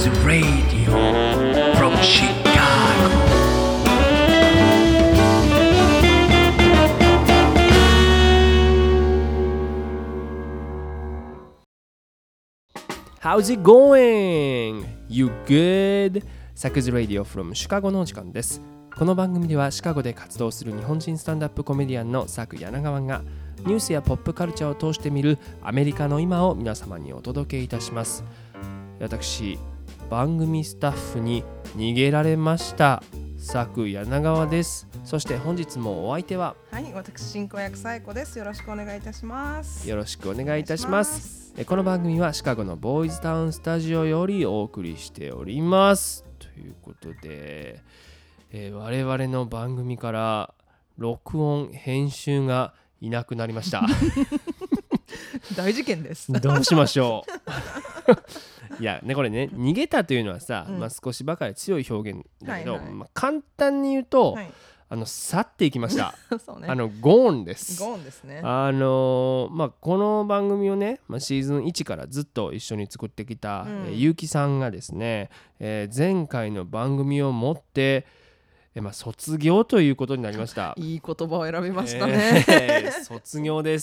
Suckers Radio from Chicago. How's it going? You good? Suckers Radio from Chicago のお時間です。この番組ではシカゴで活動する日本人スタンドアップコメディアンのサク柳川がニュースやポップカルチャーを通して見るアメリカの今を皆様にお届けいたします。私、番組スタッフに逃げられましたサク柳川です。そして本日もお相手は、 はい、私進行役サイコです。よろしくお願いいたします。 よろしくお願いいたします。この番組はシカゴのボーイズタウンスタジオよりお送りしております。ということで、我々の番組から録音編集がいなくなりました大事件です。 どうしましょういやね、これね、逃げたというのはさ、少しばかり強い表現だけど、簡単に言うと、去っていきましたそうね、 ゴーンです。 ゴーンですね。 この番組をね、シーズン1からずっと一緒に作ってきた、ゆうきさんがですね、前回の番組をもって卒業ということになりました。 いい言葉を選びましたね、 卒業です。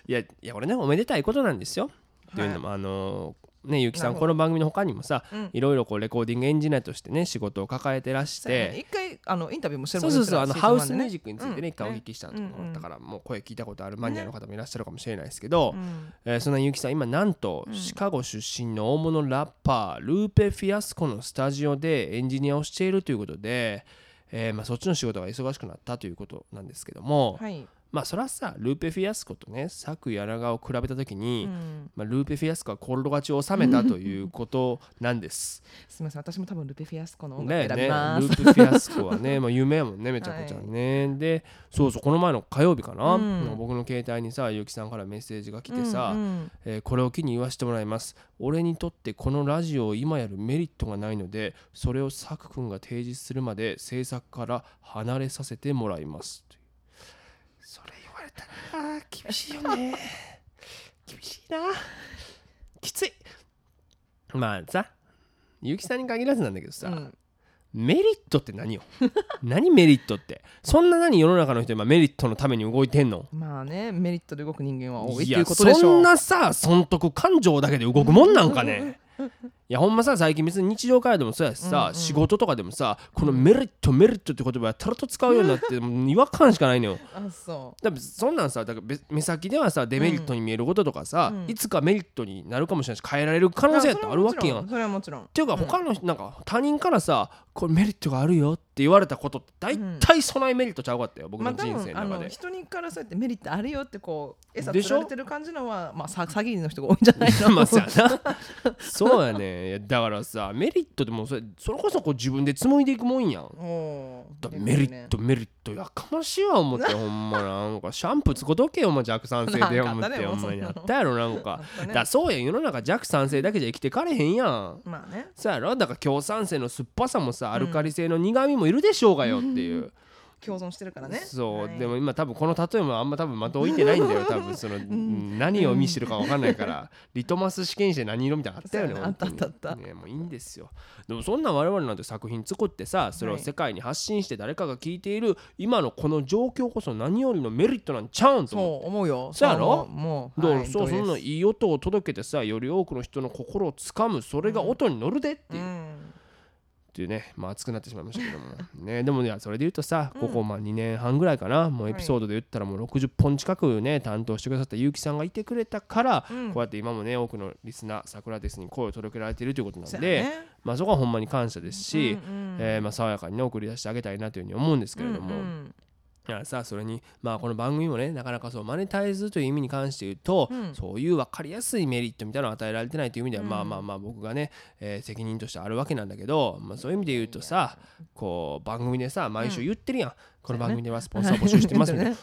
いやこれね、おめでたいことなんですよ。というのもゆうきさんこの番組の他にもさ、いろいろこうレコーディングエンジニアとしてね仕事を抱えてらして、 一回インタビューもしてるもんね。 ね。 そうハウスミュージックについてね、一回お聞きしたところだから、もう声聞いたことあるマニアの方もいらっしゃるかもしれないですけど、そんなゆうきさん今なんとシカゴ出身の大物ラッパールーペ・フィアスコのスタジオでエンジニアをしているということで、そっちの仕事が忙しくなったということなんですけども、それはさ、ルーペ・フィアスコとねサク柳川を比べたときに、ルーペ・フィアスコはコールド勝ちを収めたということなんですすみません、私も多分ルーペ・フィアスコの音楽選びます、 ルーペ・フィアスコはね有名やもんね、めちゃくちゃね、でそうこの前の火曜日かな、僕の携帯にさゆうきさんからメッセージが来てさ、これを機に言わせてもらいます。俺にとってこのラジオを今やるメリットがないので、それをサク君が提示するまで制作から離れさせてもらいます。それ言われたら厳しいよね厳しいな、きつい。さ、ゆうきさんに限らずなんだけどさ、メリットって何よ何メリットって、そんな何世の中の人今メリットのために動いてんの？ メリットで動く人間は多いっていうことでしょう。 そんなさ損得感情だけで動くもんなんかねいやほんまさ、最近別に日常会話でもそうやしさ、仕事とかでもさ、このメリットって言葉やたらと使うようになってもう違和感しかないのよだからそんなんさ、だから目先ではさデメリットに見えることとかさ、いつかメリットになるかもしれないし変えられる可能性ってあるわけやん。 それはもちろんっていうか他のなんか他人からさ、これメリットがあるよって言われたことって大体そないメリットちゃうかったよ、僕の人生の中で。 人にからそうやってメリットあるよってこう餌つられてる感じのは詐欺の人が多いんじゃないのそうやね。だからさ、メリットでもそれこそこう自分で紡いでいくもんやん。メリットやかましいわ思ってほんまなんかシャンプーつことけよ、弱酸性で思ってほんまにあったやろなんかだそうやん、世の中弱酸性だけじゃ生きてかれへんやん。そうやろ、だから強酸性の酸っぱさもさ、アルカリ性の苦味もいるでしょうがよっていう共存してるからね。 そう、でも今多分この例えもあんま多分的置いてないんだよ多分その何を意味してるか分かんないからリトマス試験紙で何色みたいなのあったよね。 あったね、もういいんですよ。でもそんな我々なんて作品作ってさ、それを世界に発信して誰かが聞いている今のこの状況こそ何よりのメリットなんちゃうんと思うよ。 そうやろ、 もうそんないい音を届けてさ、より多くの人の心をつかむ、それが音に乗るでっていう、っていうね、熱くなってしまいましたけどもね。でもね、それで言うとさ、ここ2年半ぐらいかな、もうエピソードで言ったらもう60本近くね担当してくださったゆうきさんがいてくれたから、こうやって今もね多くのリスナーサクラテスに声を届けられているということなんで、そこはほんまに感謝ですし、爽やかにね送り出してあげたいなというふうに思うんですけれども、さあそれにこの番組もねなかなかそうマネタイズという意味に関して言うと、そういう分かりやすいメリットみたいなのを与えられてないという意味では、僕がね、責任としてあるわけなんだけど、そういう意味で言うとさ、こう番組でさ毎週言ってるやん、この番組ではスポンサー募集してますみたいな、こ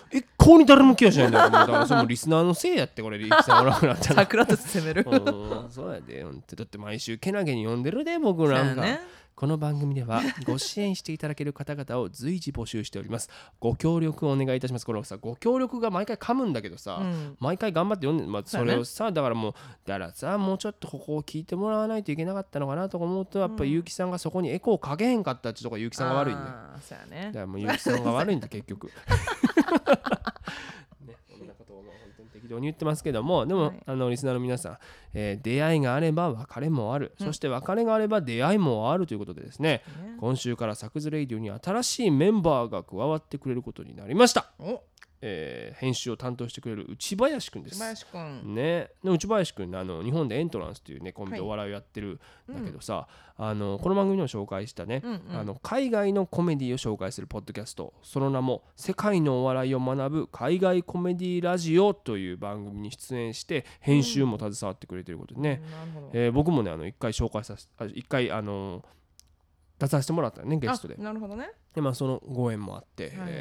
向に誰も気がしないんだよ。だからそれもリスナーのせいやって、これリスナーおらんくなったら桜と攻めるそうやで。だって毎週けなげに読んでるで、僕なんか。この番組ではご支援していただける方々を随時募集しております。ご協力お願いいたします。このさ、ご協力が毎回噛むんだけどさ、毎回頑張って読んで、それをさ、だからもうちょっとここを聞いてもらわないといけなかったのかなとか思うと、やっぱり結城さんがそこにエコーかけへんかったってとこ結城さんが悪いんだよ。 そうやね。 だからもう結城さんが悪いんだ結局。適当に言ってますけども、でも、リスナーの皆さん、出会いがあれば別れもある、そして別れがあれば出会いもあるということでですね、今週からサクズレイディオに新しいメンバーが加わってくれることになりました。編集を担当してくれる内林くんです。内林くん、日本でエントランスというねコンビでお笑いをやってるんだけどさ、この番組でも紹介したね、海外のコメディを紹介するポッドキャスト、その名も世界のお笑いを学ぶ海外コメディラジオという番組に出演して編集も携わってくれていることでね、僕もね一回出させてもらったよね、ゲストで。 なるほどね。 でそのご縁もあって、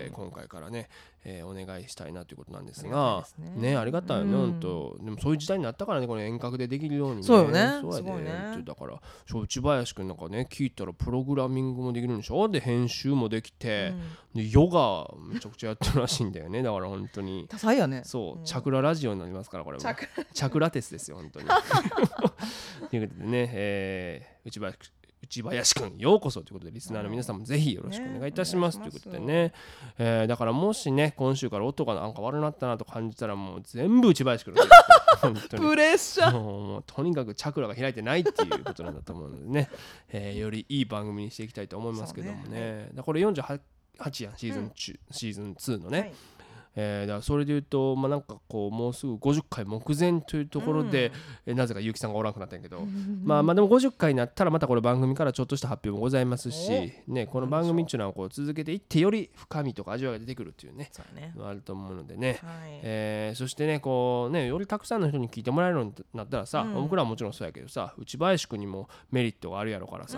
今回からね、お願いしたいなということなんですが、ありがたいよね、本当。でもそういう時代になったからね、これ遠隔でできるようにね。 そうよね。 そうやで。だから内林くんなんかね聞いたらプログラミングもできるんでしょ。で編集もできて、でヨガめちゃくちゃやってるらしいんだよね。だから本当に多彩やね。 そう、チャクララジオになりますから、これもチャクラテスですよ本当に。ということでね、内林くんようこそということで、リスナーの皆さんもぜひよろしくお願いいたしますということでね、だからもしね今週から音がなんか悪くなったなと感じたら、もう全部内林くんの本当にプレッシャーもうとにかくチャクラが開いてないっていうことなんだと思うのでね、よりいい番組にしていきたいと思いますけどもね。だこれ48やんシーズン2のね、だからそれで言うと、なんかこうもうすぐ50回目前というところで、なぜか結城さんがおらんくなったんやけど、でも50回になったらまたこれ番組からちょっとした発表もございますし、ね、この番組っていうのはこう続けていってより深みとか味わいが出てくるっていうね、あると思うのでね、そしてねこうねよりたくさんの人に聞いてもらえるようになったらさ、僕らはもちろんそうやけどさ、内林くんにもメリットがあるやろからさ、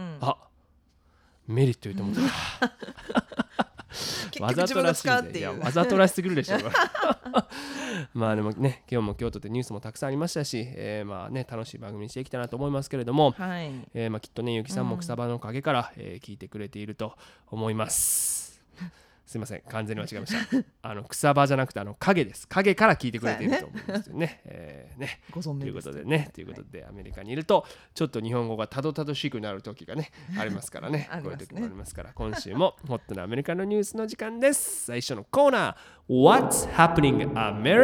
メリット言うと思ったわざとらしいんで、いやわざとらしすぎるでしょでもね今日も京都でニュースもたくさんありましたし、楽しい番組にしていきたいなと思いますけれども、きっとねゆきさんも草場の陰から、聞いてくれていると思いますすいません、完全に間違えました草場じゃなくて影です。影から聞いてくれていると思うんですよね。 ご存命ですということでアメリカにいるとちょっと日本語がたどたどしくなる時がねありますからねこういう時もありますから、今週もホットなアメリカのニュースの時間です。最初のコーナー What's Happening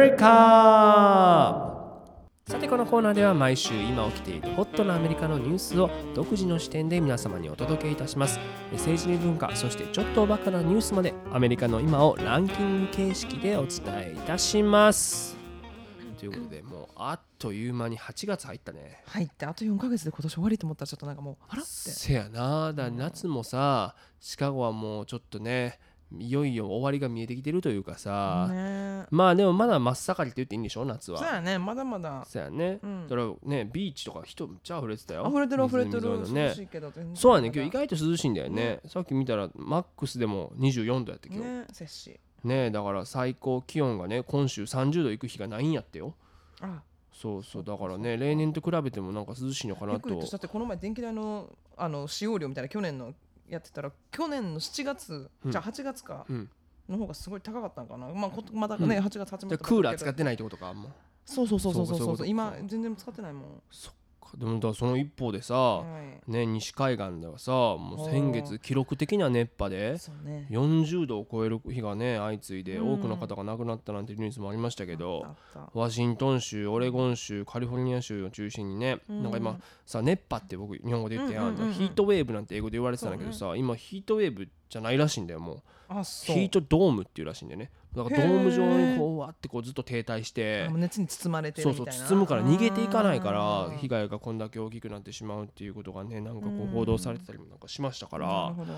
America。さてこのコーナーでは毎週今起きているホットなアメリカのニュースを独自の視点で皆様にお届けいたします。政治に文化、そしてちょっとおバカなニュースまでアメリカの今をランキング形式でお伝えいたします。ということでもうあっという間に8月入ったね。 入ってあと4ヶ月で今年終わりと思ったらちょっとなんかもうあらってせやな。だ夏もさシカゴはもうちょっとねいよいよ終わりが見えてきてるというかさ、でもまだ真っ盛りって言っていいんでしょ夏は。 そうやね、まだまだそうやね、だからねビーチとか人めっちゃ溢れてたよ。 溢れてる涼しいけどそうやね、今日意外と涼しいんだよね、さっき見たらマックスでも24度やって今日摂氏ね。だから最高気温がね今週30度いく日がないんやってよ。そうだからね例年と比べてもなんか涼しいのかなと。 だってこの前電気代の使用量みたいな去年のやってたら去年の7月、じゃあ8月か、の方がすごい高かったんかな。まだね、8月始まったクーラー使ってないってことか。 そう今全然使ってないもん。 そっか。でもだその一方でさ、西海岸ではさもう先月記録的な熱波で40度を超える日がね相次いで多くの方が亡くなったなんてニュースもありましたけど、ワシントン州、オレゴン州、カリフォルニア州を中心にね、なんか今さ熱波って僕日本語で言ってヒートウェーブなんて英語で言われてたんだけどさ、今ヒートウェーブじゃないらしいんだよ。もうヒートドームっていうらしいんだよね。だからドーム上にこうわってこうずっと停滞して熱に包まれてるみたいな。 包むから逃げていかないから被害がこんだけ大きくなってしまうっていうことがねなんかこう報道されてたりもなんかしましたから、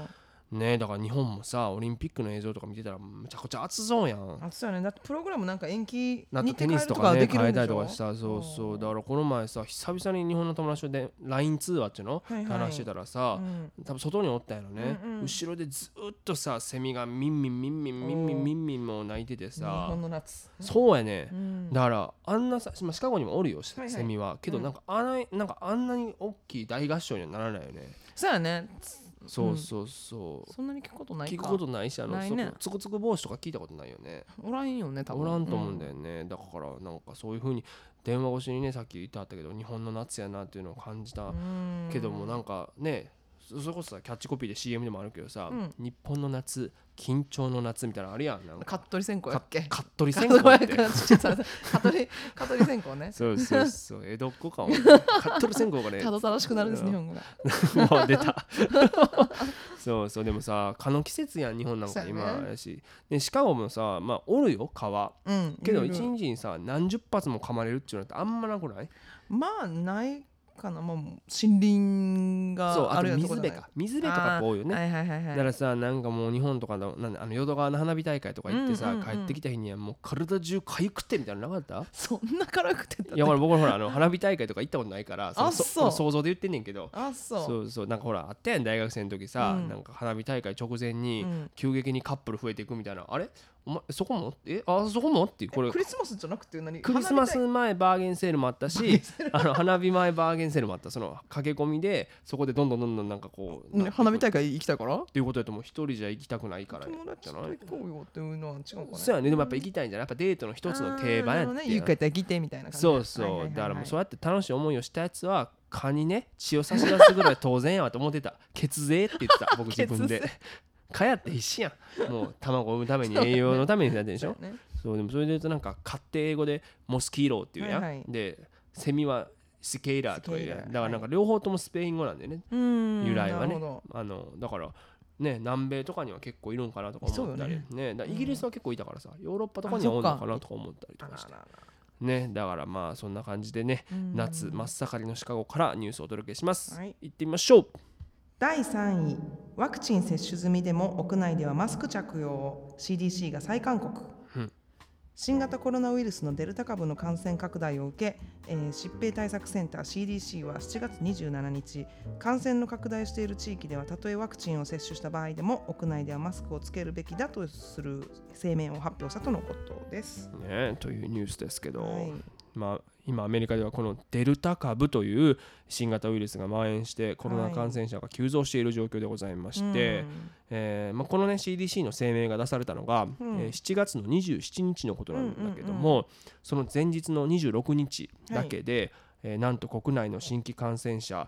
ね、だから日本もさオリンピックの映像とか見てたらめちゃくちゃ暑そうやん。 暑そうやね。だってプログラムなんか延期なんかテニスとかね変えたりとかした。そうそう、だからこの前さ久々に日本の友達で LINE 通話っていうの、話してたらさ、多分外におったんやろね、後ろでずっとさセミがミンミンミンミンミンミンミンミンも鳴いててさ、 日本の夏。 そうやね、だからあんなさ、シカゴにもおるよ、セミはけどなんかあんなに大きい大合唱にはならないよね。 そうやね。 そうそうそう、 そんなに聞くことないか。 聞くことないし、 ないね、 つくつく帽子とか聞いたことないよね。 おらんよね多分。 おらんと思うんだよね、だからなんかそういう風に電話越しにね、さっき言ってあったけど日本の夏やなっていうのを感じたけども、なんかねそれこそさキャッチコピーで CM でもあるけどさ、日本の夏緊張の夏みたいなのあるやん。なんかカットリ線香やっけ。 カットリ線香ってカットリ線香ね。 そうそうそう、江戸っ子かも。カットリ線香がねたどたどしくなるんです日本語が。 もう出たそうそう、でもさ蚊の季節やん日本なんか今やし、でシカゴもさまあおるよ蚊は、けど一日にさ何十発も噛まれるっていうのってあんまなくない？ まあないかな。もう森林があるようなところだね。 そう、あと水辺とか多いよね。だからさなんかもう日本とかの淀川の花火大会とか行ってさ、帰ってきた日にはもう体中かゆくてみたいなのなかった？ そんな辛くてた。 いや僕ほら花火大会とか行ったことないからそう想像で言ってんねんけど、 そうそうなんかほらあったやん大学生の時さ、なんか花火大会直前に急激にカップル増えていくみたいな、あれお前そこもそこもっていう、これクリスマスじゃなくて何？ クリスマス前バーゲンセールもあったし花火前バーゲンセールもあった。その駆け込みでそこでどんどんなんかこう花火大会行きたいからっていうことだと、もう一人じゃ行きたくないから友達と行こうよっていうのは違うかな。 そうやね、でもやっぱ行きたいんじゃない、やっぱデートの一つの定番やって、 ゆっくり行ってみたいな感じ。 そうそう、だからもうそうやって楽しい思いをしたやつは蚊にね血を差し出すぐらい当然やわと思ってた。血税って言ってた僕自分で。蚊やって必死やん、もう卵を産むために栄養のためにやってるでしょ。そう、でもそれで言うとなんか蚊って英語でモスキーロっていうやん、でセミはスケイラーとかいうやん、だからなんか両方ともスペイン語なんでね、由来はね。だからね、南米とかには結構いるんかなとか思ったりね、だイギリスは結構いたからさ、ヨーロッパとかにはおるのかなとか思ったりとかしてね。だからまあそんな感じでね、夏真っ盛りのシカゴからニュースをお届けします。行ってみましょう。 第3位、ワクチン接種済みでも屋内ではマスク着用を CDC が再勧告。新型コロナウイルスのデルタ株の感染拡大を受け、疾病対策センター CDC は7月27日、感染の拡大している地域ではたとえワクチンを接種した場合でも屋内ではマスクをつけるべきだとする声明を発表したとのことです。 ね、というニュースですけど、まあ、今アメリカではこのデルタ株という新型ウイルスが蔓延してコロナ感染者が急増している状況でございまして、このね CDC の声明が出されたのが、7月の27日のことなんだけども、その前日の26日だけで、なんと国内の新規感染者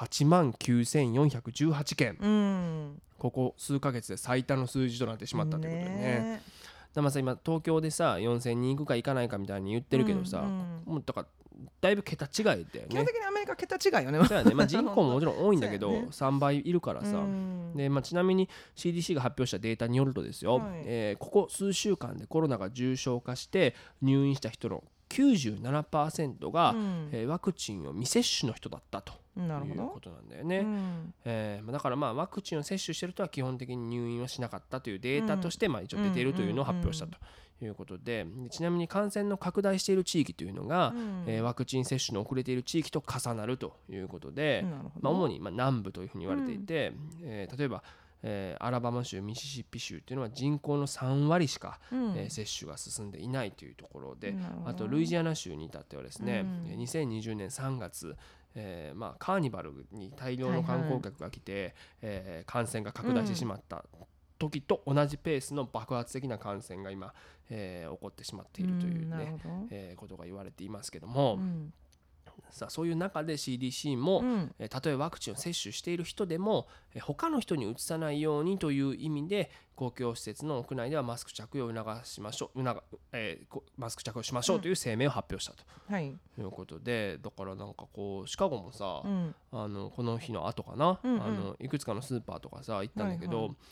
89,418件、ここ数ヶ月で最多の数字となってしまったということでね。だからさ今東京でさ4000人行くか行かないかみたいに言ってるけどさ、もうだからだいぶ桁違いだよね。 基本的にアメリカ桁違いよね。 そうやね、人口ももちろん多いんだけど、3倍いるからさ。で、ちなみに CDC が発表したデータによるとですよ、ここ数週間でコロナが重症化して入院した人の97% が、ワクチンを未接種の人だったということなんだよね。だからワクチンを接種している人は基本的に入院はしなかったというデータとして一応出ているというのを発表したということで、ちなみに感染の拡大している地域というのが、ワクチン接種の遅れている地域と重なるということで、主に南部というふうに言われていて、例えばアラバマ州、ミシシッピ州というのは人口の3割しか、接種が進んでいないというところで、あとルイジアナ州に至ってはですね、2020年3月、カーニバルに大量の観光客が来て、感染が拡大してしまった時と同じペースの爆発的な感染が今、起こってしまっているというね、ことが言われていますけども、さあそういう中で CDC も、たとえワクチンを接種している人でも、他の人にうつさないようにという意味で公共施設の屋内ではマスク着用をマスク着用しましょうという声明を発表したということで、だからなんかこうシカゴもさ、この日の後かな、いくつかのスーパーとかさ行ったんだけど、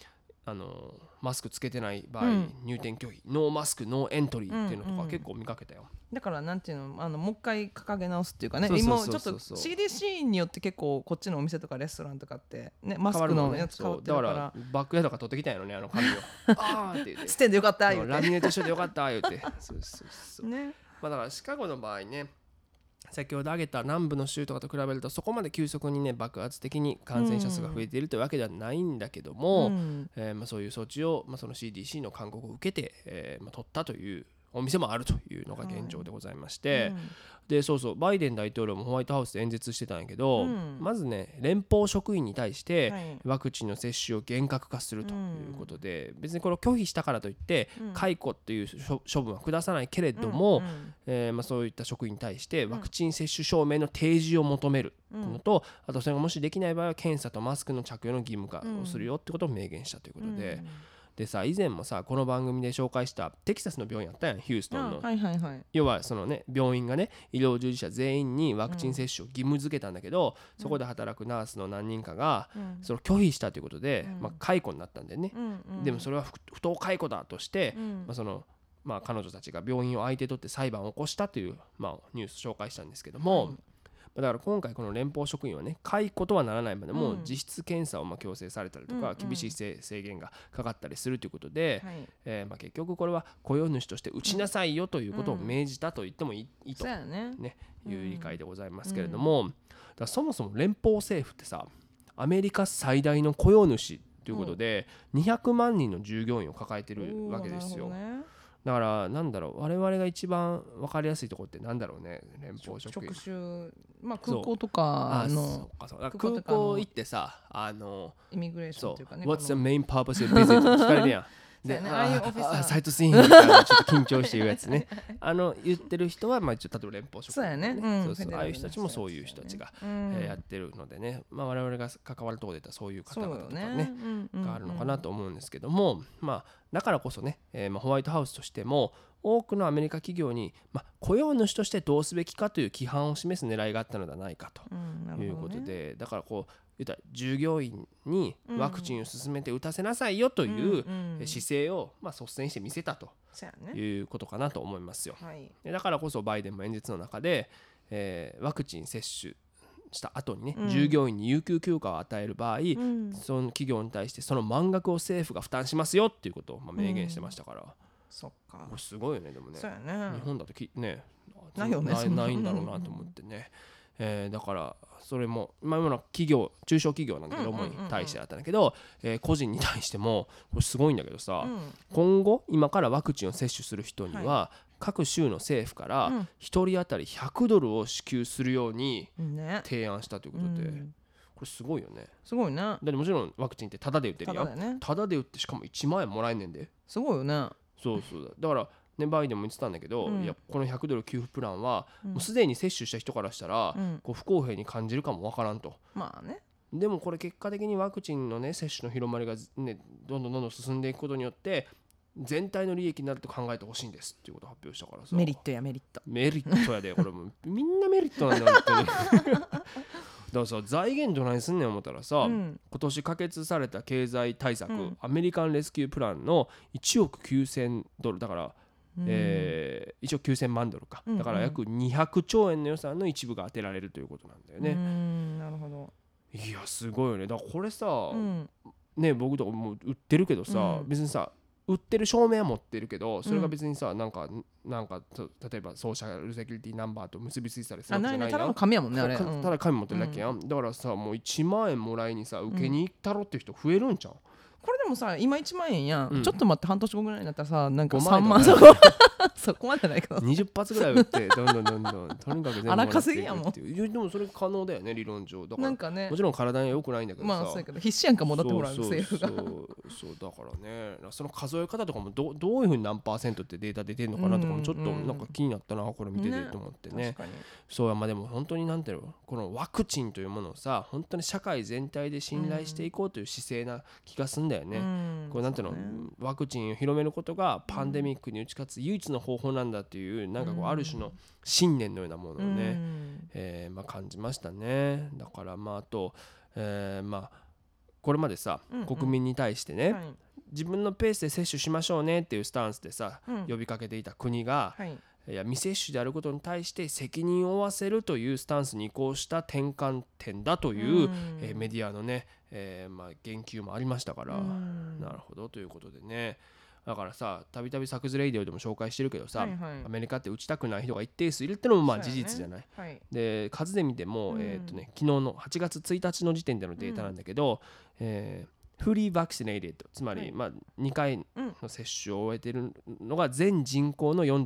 マスクつけてない場合、入店拒否、ノーマスクノーエントリーっていうのとか結構見かけたよ。 だからなんていうの、もう一回掲げ直すっていうかね、 そう今ちょっと CDC によって結構こっちのお店とかレストランとかってね、マスクのやつ変わってるから、 だからバックヤードから取ってきたんやろね、紙をあーって言って捨てんでよかった言うてラミネートしてよかった言うてそうね、 だからシカゴの場合ね、先ほど挙げた南部の州とかと比べるとそこまで急速にね爆発的に感染者数が増えているというわけではないんだけども、そういう措置を、その CDC の勧告を受けて、取ったというお店もあるというのが現状でございまして、でそうバイデン大統領もホワイトハウスで演説してたんやけど、まずね連邦職員に対してワクチンの接種を厳格化するということで、別にこれを拒否したからといって解雇っていう処分は下さないけれども、そういった職員に対してワクチン接種証明の提示を求めるのと、あとそれがもしできない場合は検査とマスクの着用の義務化をするよってことを明言したということで、でさ、以前もさこの番組で紹介したテキサスの病院あったやん、ヒューストンの、要はそのね病院がね医療従事者全員にワクチン接種を義務付けたんだけど、そこで働くナースの何人かがそれを拒否したということで、解雇になったんだよね。でもそれは不当解雇だとして、彼女たちが病院を相手取って裁判を起こしたという、ニュースを紹介したんですけども、だから今回この連邦職員はね解雇とはならないまでも実質検査を強制されたりとか厳しい制限がかかったりするということで、結局これは雇用主として打ちなさいよということを命じたと言ってもいいと、いう理解でございますけれども、だからそもそも連邦政府ってさアメリカ最大の雇用主ということで200万人の従業員を抱えてるわけですよ。だからなんだろう、我々が一番分かりやすいところってなんだろうね、連邦職員、 職種、空港とかの空港行ってさイミグレーションというかね、 What's the main purpose of visit って聞かれるやんで、サイトスイングとかちょっと緊張して言うやつね言ってる人は一応例えば連邦職員、ああいう人たちもそういう人たちがやってるのでね、我々が関わるところで言ったらそういう方々とかねがあるのかなと思うんですけども、だからこそね、ホワイトハウスとしても多くのアメリカ企業に、雇用主としてどうすべきかという規範を示す狙いがあったのではないかということで、だからこう言ったら従業員にワクチンを進めて打たせなさいよという姿勢を率先して見せたということかなと思いますよ。だからこそバイデンも演説の中で、ワクチン接種した後にね、従業員に有給休暇を与える場合、その企業に対してその満額を政府が負担しますよっていうことを明言してましたから、 そっか、 これすごいよね。でもね、 そうやね、 日本だとねないよね、 ないんだろうなと思ってね、だからそれも今の企業、中小企業なんだけど主に対してだったんだけど、個人に対してもこれすごいんだけどさ、今後今からワクチンを接種する人には、各州の政府から1人当たり$100を支給するように提案したということで、これすごいよね。 すごいね。だってもちろんワクチンってタダで打ってるやん。タダで打ってしかも1万円もらえんねんで。 すごいよね。 そうだからね、バイデンも言ってたんだけど、いやこの$100給付プランはもうすでに接種した人からしたら、こう不公平に感じるかもわからんと。でもこれ結果的にワクチンのね接種の広まりがねどんどん進んでいくことによって全体の利益になると考えてほしいんですっていうことを発表したからさ。 メリットやメリットやで、これもみんなメリットなんだよ本当にだからさ、財源どないすんねん思ったらさ、今年可決された経済対策、アメリカンレスキュープランの$1億9000だから、1億9000万ドルか、だから約200兆円の予算の一部が当てられるということなんだよね。 なるほど。 いやすごいよね。だからこれさ、ね、僕とかもう売ってるけどさ、別にさ売ってる証明は持ってるけど、それが別にさ、なんか例えばソーシャルセキュリティナンバーと結びついたりするわけじゃないやん。 ただの紙やもんねあれ。 ただ紙持ってるだけやん。だからさ、もう1万円もらいにさ受けに行ったろっていう人増えるんちゃう？ これでもさ今1万円やん、ちょっと待って半年後ぐらいになったらさなんか 3 万そこまでないけど 20発ぐらい打ってどんどんとにかく全部もらっていくっていう。 稼ぎやもん。 でもそれ可能だよね理論上。だからなんかね、 もちろん体には良くないんだけどさ、 そうやけど必死やんか、戻ってもらう政府が。 そうだからね、その数え方とかもどういうふうに何%ってデータ出てんのかなとかもちょっとなんか気になったな、これ見ててと思ってね。そうや、でも本当になんていうの、このワクチンというものをさ本当に社会全体で信頼していこうという姿勢な気がすんだよね。これなんていうの、ワクチンを広めることがパンデミックに打ち勝つ唯一の方法なんだっていう、なんかこうある種の信念のようなものをね、感じましたね。だからあと、これまでさ、国民に対してね、 自分のペースで接種しましょうねっていうスタンスでさ、 うん呼びかけていた国が、 はいいや未接種であることに対して責任を負わせるというスタンスに移行した転換点だという、メディアのね、まあ、言及もありましたから、なるほどということでね。だからさ、たびたびサクズレイディオでも紹介してるけどさ、 はいはいアメリカって打ちたくない人が一定数いるってのもまあそうやね事実じゃない。 はいで数で見ても、昨日の8月1日の時点でのデータなんだけど、フリーバクシネイテッド、つまり、 はいまあ、2回の接種を終えているのが全人口の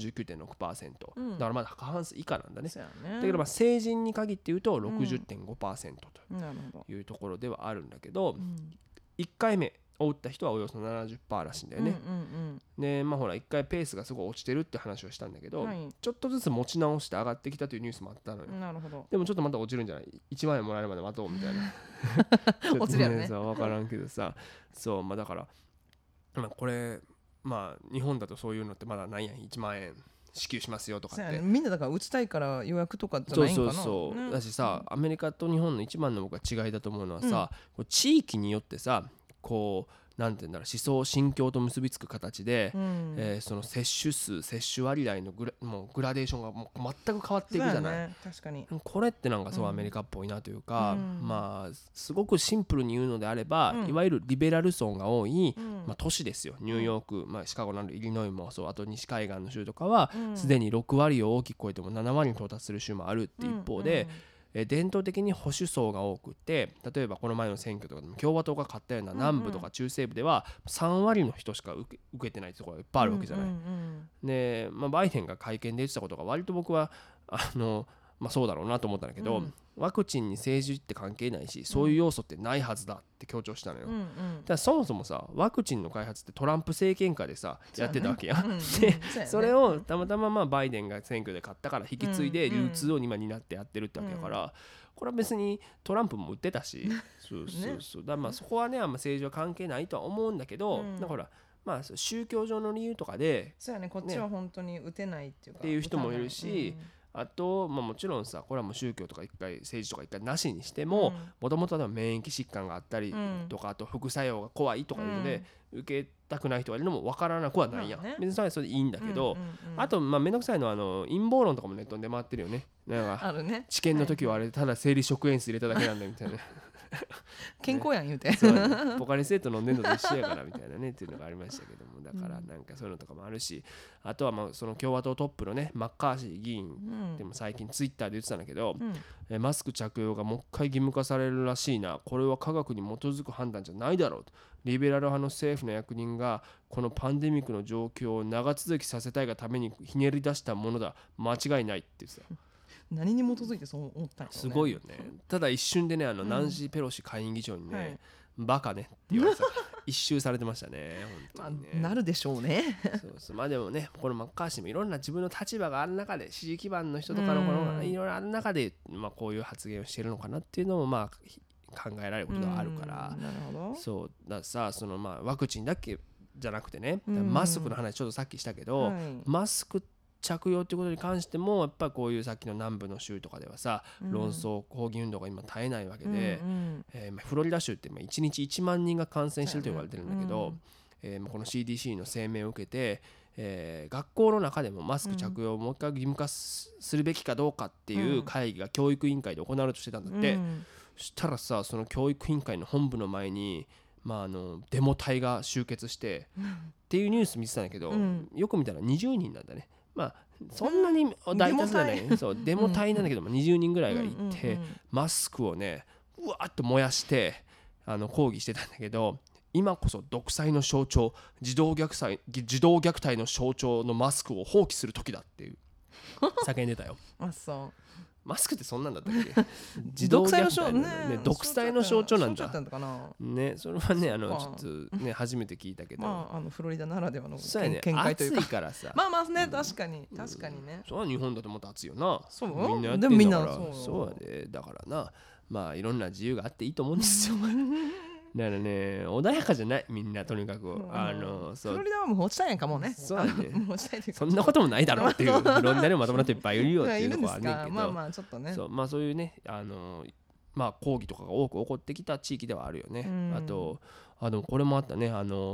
49.6%、だからまだ過半数以下なんだね。 そうやねだけどまあ成人に限って言うと 60.5% なるほどというところではあるんだけど、1回目を打った人はおよそ 70% らしいんだよね。でまあほら1回ペースがすごい落ちてるって話をしたんだけど、 はいちょっとずつ持ち直して上がってきたというニュースもあったのよ。 なるほどでもちょっとまた落ちるんじゃない ?1 万円もらえるまで待とうみたいな落ちるやろねそう分からんけどさ、そうまあだから、まあ、これまあ日本だとそういうのってまだないやん。1万円支給しますよとかそうってやねみんなだから打ちたいから予約とかじゃそうないんかなそうそう、 ねだしさ、アメリカと日本の一番の僕は違いだと思うのはさ、こう地域によってさこうなんていうんだろう、思想心境と結びつく形で、その接種数接種割合のもうグラデーションがもう全く変わっていくじゃない、 ね、確かにこれってなんかそうアメリカっぽいなというか、まあすごくシンプルに言うのであれば、いわゆるリベラル層が多い、まあ、都市ですよ。ニューヨーク、まあ、シカゴなどイリノイもそう、あと西海岸の州とかはすでに6割を大きく超えても7割に到達する州もあるって一方で、伝統的に保守層が多くて、例えばこの前の選挙とかでも共和党が勝ったような南部とか中西部では3割の人しか受けてないところがいっぱいあるわけじゃない。で、まあ、バイデンが会見で言ってたことが割と僕はまあ、そうだろうなと思ったんだけど、ワクチンに政治って関係ないし、そういう要素ってないはずだって強調したのよ。だからそもそもさ、ワクチンの開発ってトランプ政権下でさやってたわけやん。でそれをたまたままあバイデンが選挙で勝ったから引き継いで流通を今担ってやってるってわけだから、これは別にトランプも売ってたし、そうそうそう、だからまあそこはねあんま政治は関係ないとは思うんだけど、だからまあ宗教上の理由とかでそうやね、こっちは本当に打てないっていうかっていう人もいるし、あと、まあ、もちろんさこれはもう宗教とか一回政治とか一回なしにしてももともと免疫疾患があったりとか、あと副作用が怖いとかいうので、受けたくない人がいるのも分からなくはないやん、別にそれはそれでいいんだけど、あとまあめんどくさいのは陰謀論とかもネットに出回ってるよね。なんかあるね、 治験の時はあれただ生理食塩水入れただけなんだみたいな健康やん言うて、 そうだね、ポカリスエット飲んでんのと一緒やからみたいなねっていうのがありましたけども、だからなんかそういうのとかもあるし、あとはまあその共和党トップのねマッカーシー議員でも最近ツイッターで言ってたんだけど、マスク着用がもう一回義務化されるらしいな、これは科学に基づく判断じゃないだろうと、リベラル派の政府の役人がこのパンデミックの状況を長続きさせたいがためにひねり出したものだ、間違いないって言ってた。 何に基づいてそう思ったんやろうね。 すごいよね。ただ一瞬でねナンシー・ペロシ下院議長にね、バカねって言われてた一周されてましたね本当にね、 なるでしょうねそうそう、まあでもねこのマッカーシーもいろんな自分の立場がある中で支持基盤の人とかのこのいろいろある中で、まあ、こういう発言をしてるのかなっていうのもまあ考えられることがあるから、 なるほど。 そうださ、そのまあワクチンだけじゃなくてね、マスクの話ちょっとさっきしたけど、マスク着用ということに関してもやっぱりこういうさっきの南部の州とかではさ、論争抗議運動が今絶えないわけで、フロリダ州って1日1万人が感染してると言われてるんだけど、この CDC の声明を受けて、学校の中でもマスク着用をもう一回義務化するべきかどうかっていう会議が教育委員会で行われるとしてたんだって、そしたらさその教育委員会の本部の前にまあ、デモ隊が集結してっていうニュース見てたんだけど、よく見たら20人なんだね。まあそんなに大多数じゃない、そうデモ隊なんだけども20人ぐらいがいて、マスクをねうわっと燃やして抗議してたんだけど、今こそ独裁の象徴、児童虐待の象徴のマスクを放棄する時だっていう叫んでたよ。 あ、そうマスクってそんなんだったっけ児童虐待ね、独裁の象徴なんだね。それはねちょっとね初めて聞いたけど、 フロリダならではの見解というか、暑いからさ、 まあまあね、確かにね。 そう日本だともっと暑いよな。 そうみんなやってんだから、そうやで、だからな、まあいろんな自由があっていいと思うんですよだからね穏やかじゃないみんなとにかくそうフロリダはもう落ちたいやんかもうね。 そうねそんなこともないだろうっていうフロリダでもまともな人いっぱいいるよっていうところはあるんだけど、 まあまあちょっとね、 そういうねまあ抗議とかが多く起こってきた地域ではあるよね。あとこれもあったね、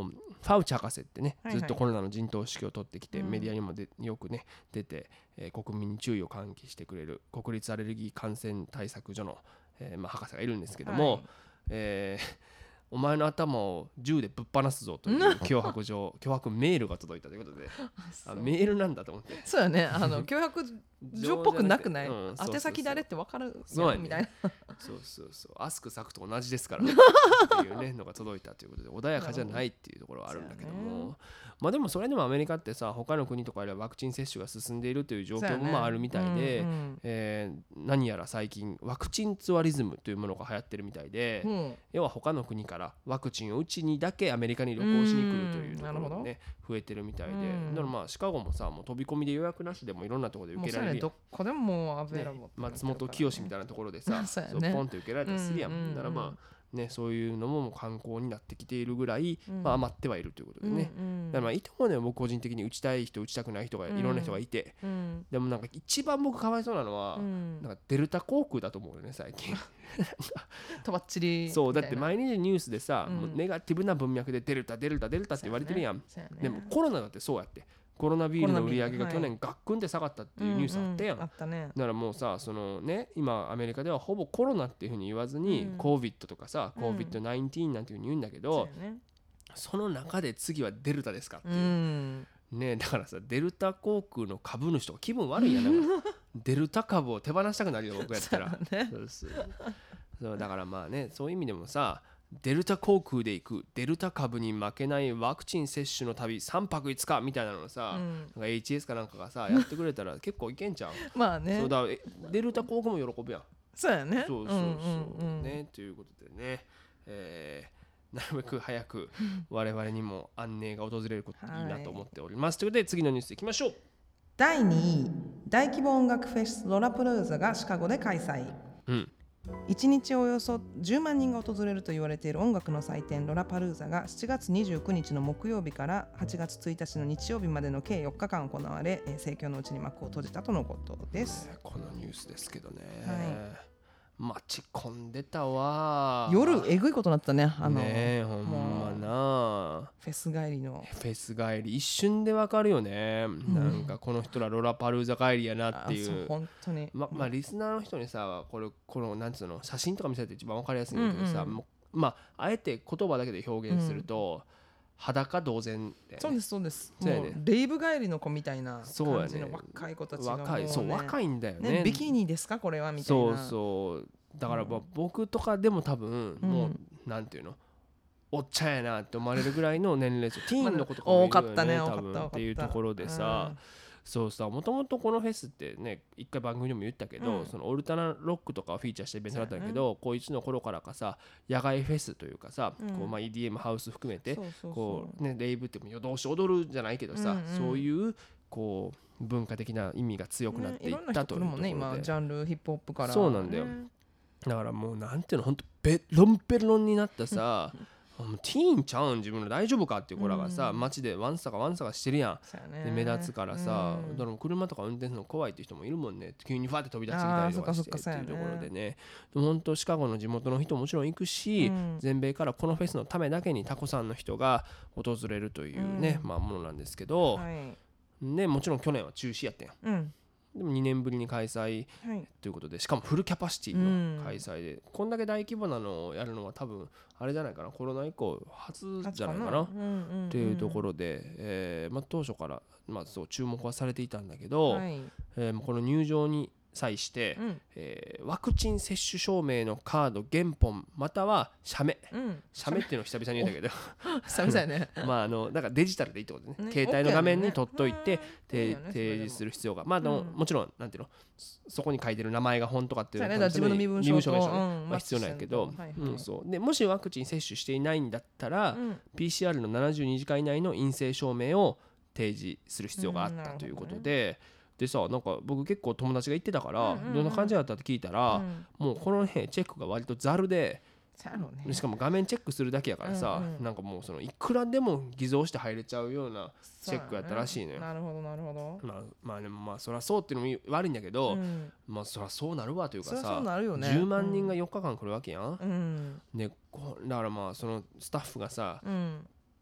ファウチ博士ってね、 はいはいずっとコロナの陣頭指揮を取ってきて、 うんメディアにもよくね出て、国民に注意を喚起してくれる国立アレルギー感染対策所の、博士がいるんですけども、お前の頭を銃でぶっ放すぞという脅迫メールが届いたということでメールなんだと思って。 そうやね、脅迫状っぽくなくない、 そうそうそう宛先誰って分かるそうやねみたいな。 そうアスクサクと同じですからっていうねのが届いたということで、穏やかじゃないっていうところはあるんだけども、まあでもそれでもアメリカってさ、他の国とかよりはワクチン接種が進んでいるという状況もまああるみたいで、何やら最近ワクチンツアリズムというものが流行ってるみたいで、要は他の国からワクチンを打ちにだけアメリカに旅行しに来るというところがね増えてるみたいで、だからまあシカゴもさ、もう飛び込みで予約なしでもいろんなところで受けられるやん。 どこでももうアベラボね、松本清みたいなところでさ、そうポンと受けられたりするやん。だからまあね、そういうのも観光になってきているぐらい、まあ、余ってはいるということでね、だからまあいいと思うね、僕個人的に打ちたい人打ちたくない人がいろんな人がいて、でもなんか一番僕かわいそうなのは、なんかデルタ航空だと思うよね最近とばっちりそうだって毎日ニュースでさ、もうネガティブな文脈でデルタって言われてるやん、でもコロナだってそうやって、コロナビールの売り上げが去年ガックンで下がったっていうニュースあったやん、 あったね。 だからもうさ、そのね、今アメリカではほぼコロナっていうふうに言わずに、COVID とかさ、COVID-19 なんていうふうに言うんだけど、その中で次はデルタですかっていうね、だからさ、デルタ航空の株主とか気分悪いやん、なんかデルタ株を手放したくなるよ僕やったらそうだからまあね、そういう意味でもさ、デルタ航空で行くデルタ株に負けないワクチン接種の旅3泊5日みたいなのさ、なんか HS かなんかがさやってくれたら結構いけんちゃうまあね、 そうだ、デルタ航空も喜ぶやん。 そうやね。 そうね、ということでね、なるべく早く我々にも安寧が訪れることいいなと思っております、ということで次のニュースいきましょう。 第2位、大規模音楽フェスロラプルーザがシカゴで開催。1日およそ10万人が訪れると言われている音楽の祭典ロラパルーザが7月29日の木曜日から8月1日の日曜日までの計4日間行われ、盛況のうちに幕を閉じたとのことです。 このニュースですけどね、待ち込んでたわ。 夜えぐいことになったね。 ねえ、ほんまな。 フェス帰りのフェス帰り一瞬でわかるよね、なんかこの人らロラパルーザ帰りやなっていう。 本当にまあリスナーの人にさ、このなんつうの写真とか見せて一番わかりやすいんだけどさ、まああえて言葉だけで表現すると、裸同然だよね。 そうですそうです。 そうやね、 レイブ帰りの子みたいな感じの若い子たちがもうね、 若いんだよね。 ビキニですかこれはみたいな。 そうだから僕とかでも多分もうなんていうの、おっちゃんやなって思われるぐらいの年齢層、ティーンの子とかもいるよね、 多かったね、 多分っていうところでさ、そうさ、もともとこのフェスってね、一回番組でも言ったけど、そのオルタナロックとかをフィーチャーしたイベントだったんだけど、こいつの頃からかさ、野外フェスというかさ、こうまあ EDM ハウス含めてこうね、レイブって夜通し踊るじゃないけどさ、そういうこう文化的な意味が強くなっていったというところで、 今ジャンルヒップホップから、 そうなんだよ。だからもうなんていうの、本当ベロンベロンになったさティーンちゃうん自分の大丈夫かっていう子らがさ、街でワンサカしてるやん、で目立つからさ、だから車とか運転するの怖いっていう人もいるもんね、急にファーって飛び出してきたりとかしてっていうところでね、でも本当シカゴの地元の人ももちろん行くし、全米からこのフェスのためだけにタコさんの人が訪れるというね、まあものなんですけど、ね、もちろん去年は中止やったやん、でも2年ぶりに開催ということで、しかもフルキャパシティの開催で、こんだけ大規模なのをやるのは多分あれじゃないかな、コロナ以降初じゃないかなっていうところで、当初からそう注目はされていたんだけど、この入場に際して、ワクチン接種証明のカード原本または写メ、写メっていうのを久々に言うんだけど久々やねだからデジタルでいいってことね、携帯の画面に撮っといて、提示する必要が、もちろんなんていうの、そこに書いてる名前が本とかっていうのは自分の身分証と必要なんやけど、そうでもしワクチン接種していないんだったら、PCR の72時間以内の陰性証明を提示する必要があったということで、でさ、なんか僕結構友達が言ってたから、どんな感じだったって聞いたら、もうこのねチェックが割とざるで、しかも画面チェックするだけやからさ、なんかもうそのいくらでも偽造して入れちゃうようなチェックやったらしいね。 なるほどなるほど。 でもそりゃそうっていうのも悪いんだけど、そりゃそうなるわというかさ、 10 万人が4日間来るわけやん、でだからそのスタッフがさ、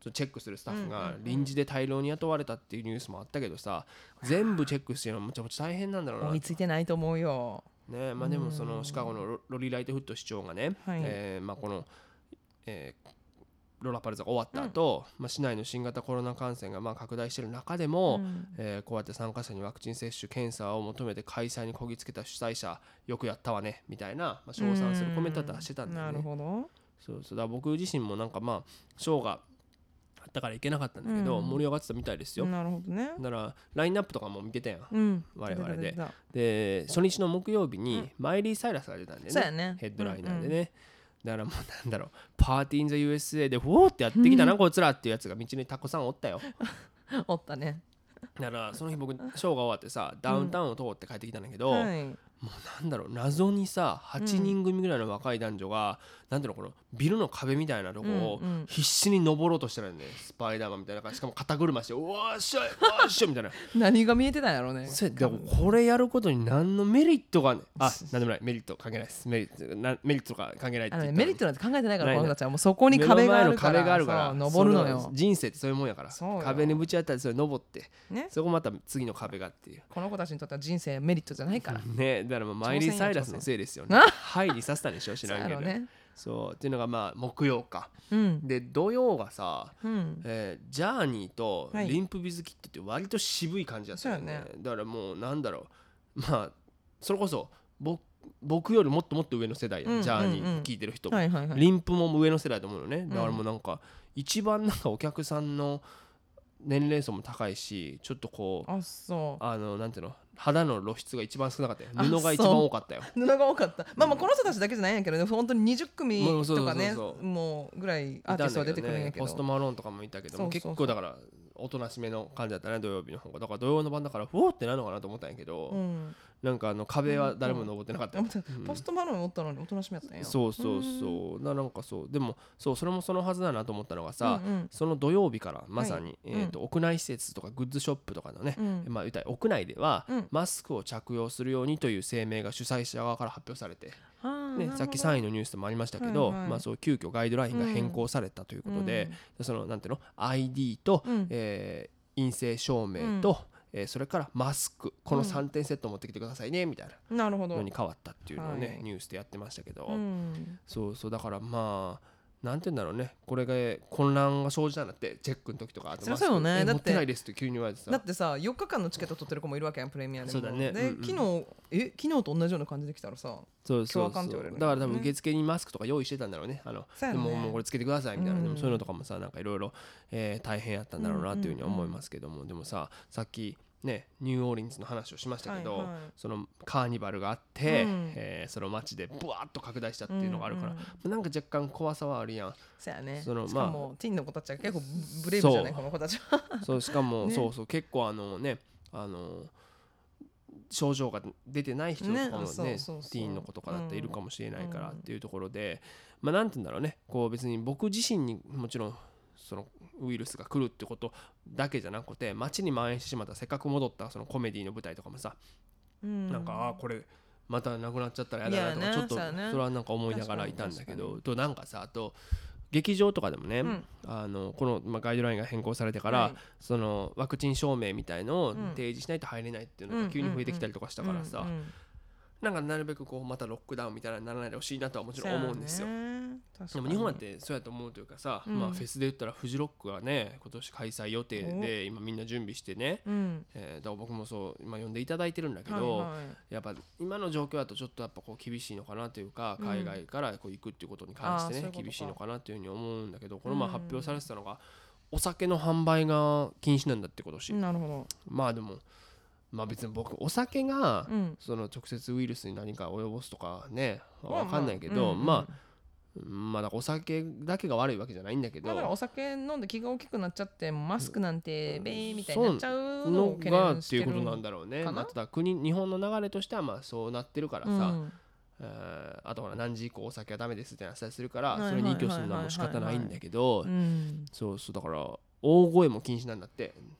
チェックするスタッフが臨時で大量に雇われたっていうニュースもあったけどさ、全部チェックしてるのはむちゃくちゃ大変なんだろうな。 追いついてないと思うよ。 ね、まあでもそのシカゴのロリー・ライトフット市長がね、まあこの、ロラパルザが終わった後、まあ市内の新型コロナ感染がまあ拡大している中でも、こうやって参加者にワクチン接種検査を求めて開催にこぎつけた主催者よくやったわねみたいな、まあ、称賛するコメントは出してたんだよね。 なるほど。 そうそう、だから僕自身もなんかまあショーがあったから行けなかったんだけど、盛り上がってたみたいですよ。 なるほどね。 だからラインナップとかも見てたやん、我々で。で初日の木曜日にマイリー・サイラスが出たんでね、ヘッドライナーでね。だからもうなんだろう、パーティー・イン・ザ・ USA でフォーってやってきたな、こいつらっていうやつが道にたくさんおったよ。 おったね。 だからその日僕ショーが終わってさ、ダウンタウンを通って帰ってきたんだけど、もうなんだろう、謎にさ8人組ぐらいの若い男女が、なんだろう、このビルの壁みたいなとこを必死に登ろうとしてるんで、スパイダーマンみたいな、しかも肩車してうわーっしょいわーっしょいみたいな。 何が見えてたんやろうね。 でもこれやることに何のメリットがね、なんでもない、メリット関係ないです。メリットとか関係ないって言ったメリットなんて考えてないから、この人たちはもうそこに壁があるから登るのよ。 人生ってそういうもんやから、壁にぶち当たりそれ登って、そこまた次の壁がっていう。 この子たちにとっては人生メリットじゃないからね。だからもうマイリー・サイラスのせいですよね。はいにさせたんでしょ、知らんけど。そうっていうのがまあ木曜か、で土曜がさ、ジャーニーとリンプ・ビズキットって割と渋い感じだったよね。だからもうなんだろう、まあそれこそ僕よりもっともっと上の世代、ジャーニー聞いてる人、リンプも上の世代だと思うよね。だからもうなんか一番なんかお客さんの年齢層も高いし、ちょっとこうなんていうの、肌の露出が一番少なかったよ。布が一番多かったよ。 布が多かった。まあまあこの人たちだけじゃないんやけどね、本当に20組とかね、もうぐらいアーティストは出てくるんやけど、 ポストマローンとかもいたけど、結構だからおとなしめの感じだったね、土曜日の方が。だから土曜の晩だからふおってなるのかなと思ったんやけど、なんか壁は誰も登ってなかったよ。 ポストマローンおったのにおとなしめやったんや。 そうそうそう、なんかそう、でもそう、それもそのはずだなと思ったのがさ、その土曜日からまさに屋内施設とかグッズショップとかのね、まあ言ったら屋内ではマスクを着用するようにという声明が主催者側から発表されて、さっき3位のニュースでもありましたけど、まあそう急遽ガイドラインが変更されたということで、そのなんていうの、 ID と陰性証明とそれからマスク、この3点セットを持ってきてくださいねみたいなのに変わったっていうのをね、ニュースでやってましたけど、そうそう、だからまあなんて言うんだろうね、これが混乱が生じたんだって、チェックの時とか、あとマスク持ってないですって急に言われてさ、 だってさ4日間のチケット取ってる子もいるわけやん、プレミアでも。 そうだね。 で昨日と同じような感じで来たらさ、 そうそうそう、だから多分受付にマスクとか用意してたんだろうね。でもこれつけてくださいみたいな、でもそういうのとかもさ、なんかいろいろ大変やったんだろうなっていうふうに思いますけども、でもさ、さっきね、ニューオーリンズの話をしましたけど、そのカーニバルがあって、その街でブワーッと拡大したっていうのがあるから、なんか若干怖さはあるやん。 そうやね。しかもティーンの子たちは結構ブレイブじゃない、この子たちは。 そう、しかもそうそう、結構症状が出てない人とかもね、ティーンの子とかだっているかもしれないからっていうところで、まあなんて言うんだろうね、こう別に僕自身にもちろんそのウイルスが来るってことだけじゃなくて、街に蔓延してしまったせっかく戻ったそのコメディの舞台とかもさ、なんかこれまたなくなっちゃったら嫌だなとか、ちょっとそれはなんか思いながらいたんだけど、となんかさ、あと劇場とかでもね、このガイドラインが変更されてから、そのワクチン証明みたいのを提示しないと入れないっていうのが急に増えてきたりとかしたからさ、なんかなるべくこうまたロックダウンみたいにならないでほしいなとはもちろん思うんですよ。でも日本だってそうやと思うというかさ、まあフェスで言ったらフジロックがね今年開催予定で今みんな準備してね、だから僕もそう今呼んでいただいてるんだけど、やっぱ今の状況だとちょっとやっぱこう厳しいのかなというか、海外からこう行くっていうことに関してね厳しいのかなというふうに思うんだけど、この前発表されてたのがお酒の販売が禁止なんだって今年。 なるほど。 まあでもまあ別に僕お酒がその直接ウイルスに何か及ぼすとかね分かんないけど、まあだからお酒だけが悪いわけじゃないんだけど、 だからお酒飲んで気が大きくなっちゃってマスクなんてベーみたいになっちゃうのを懸念してるっていうことなんだろうね。まあただ日本の流れとしてはまあそうなってるからさ、あとほら何時以降お酒はダメですってなったりするから、それに依拠するのはもう仕方ないんだけど、そうそう、だから大声も禁止なんだって。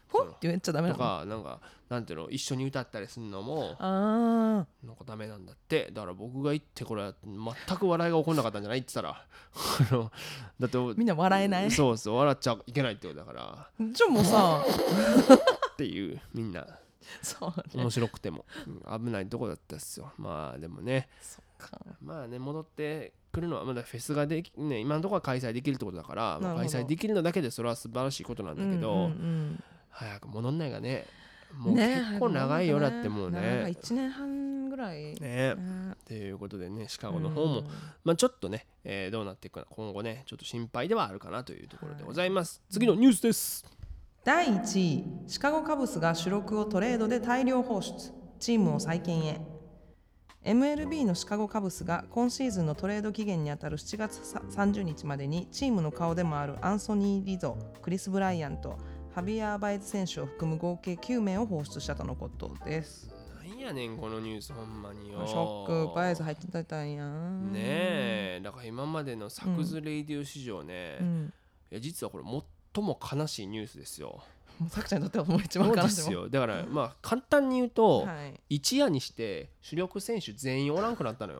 ほって言っちゃダメなとのかなんかなんていうの一緒に歌ったりするのもあなんかダメなんだって。だから僕が言ってこれは全く笑いが起こんなかったんじゃないって言ったらだってみんな笑えないそうそう笑っちゃいけないってことだからじゃあもうさっていうみんなそう面白くても危ないとこだったっすよ。まあでもねそっかまあね戻ってくるのはまだフェスができ、ね、今のところは開催できるってことだから、まあ、開催できるのだけでそれは素晴らしいことなんだけど、早く戻んないがねもう結構長いよだってもうね 1年半ぐらいねということでねシカゴの方も、まあ、ちょっとね、どうなっていくか今後ねちょっと心配ではあるかなというところでございます。次のニュースです。 第1位シカゴカブスが主力をトレードで大量放出チームを再建へ。 MLB のシカゴカブスが今シーズンのトレード期限にあたる7月30日までにチームの顔でもあるアンソニー・リゾ、クリス・ブライアント、ハビアー・バイズ選手を含む合計9名を放出したとのことです。 なんやねんこのニュースほんまによ。 ショックバイズ入ってたんやねえだから今までのサクズレイディオ史上ね、いや実はこれ最も悲しいニュースですよ。 もうさくちゃんにとってはもう一番悲しいもんですよ。だからまあ簡単に言うと、一夜にして主力選手全員おらんくなったのよ。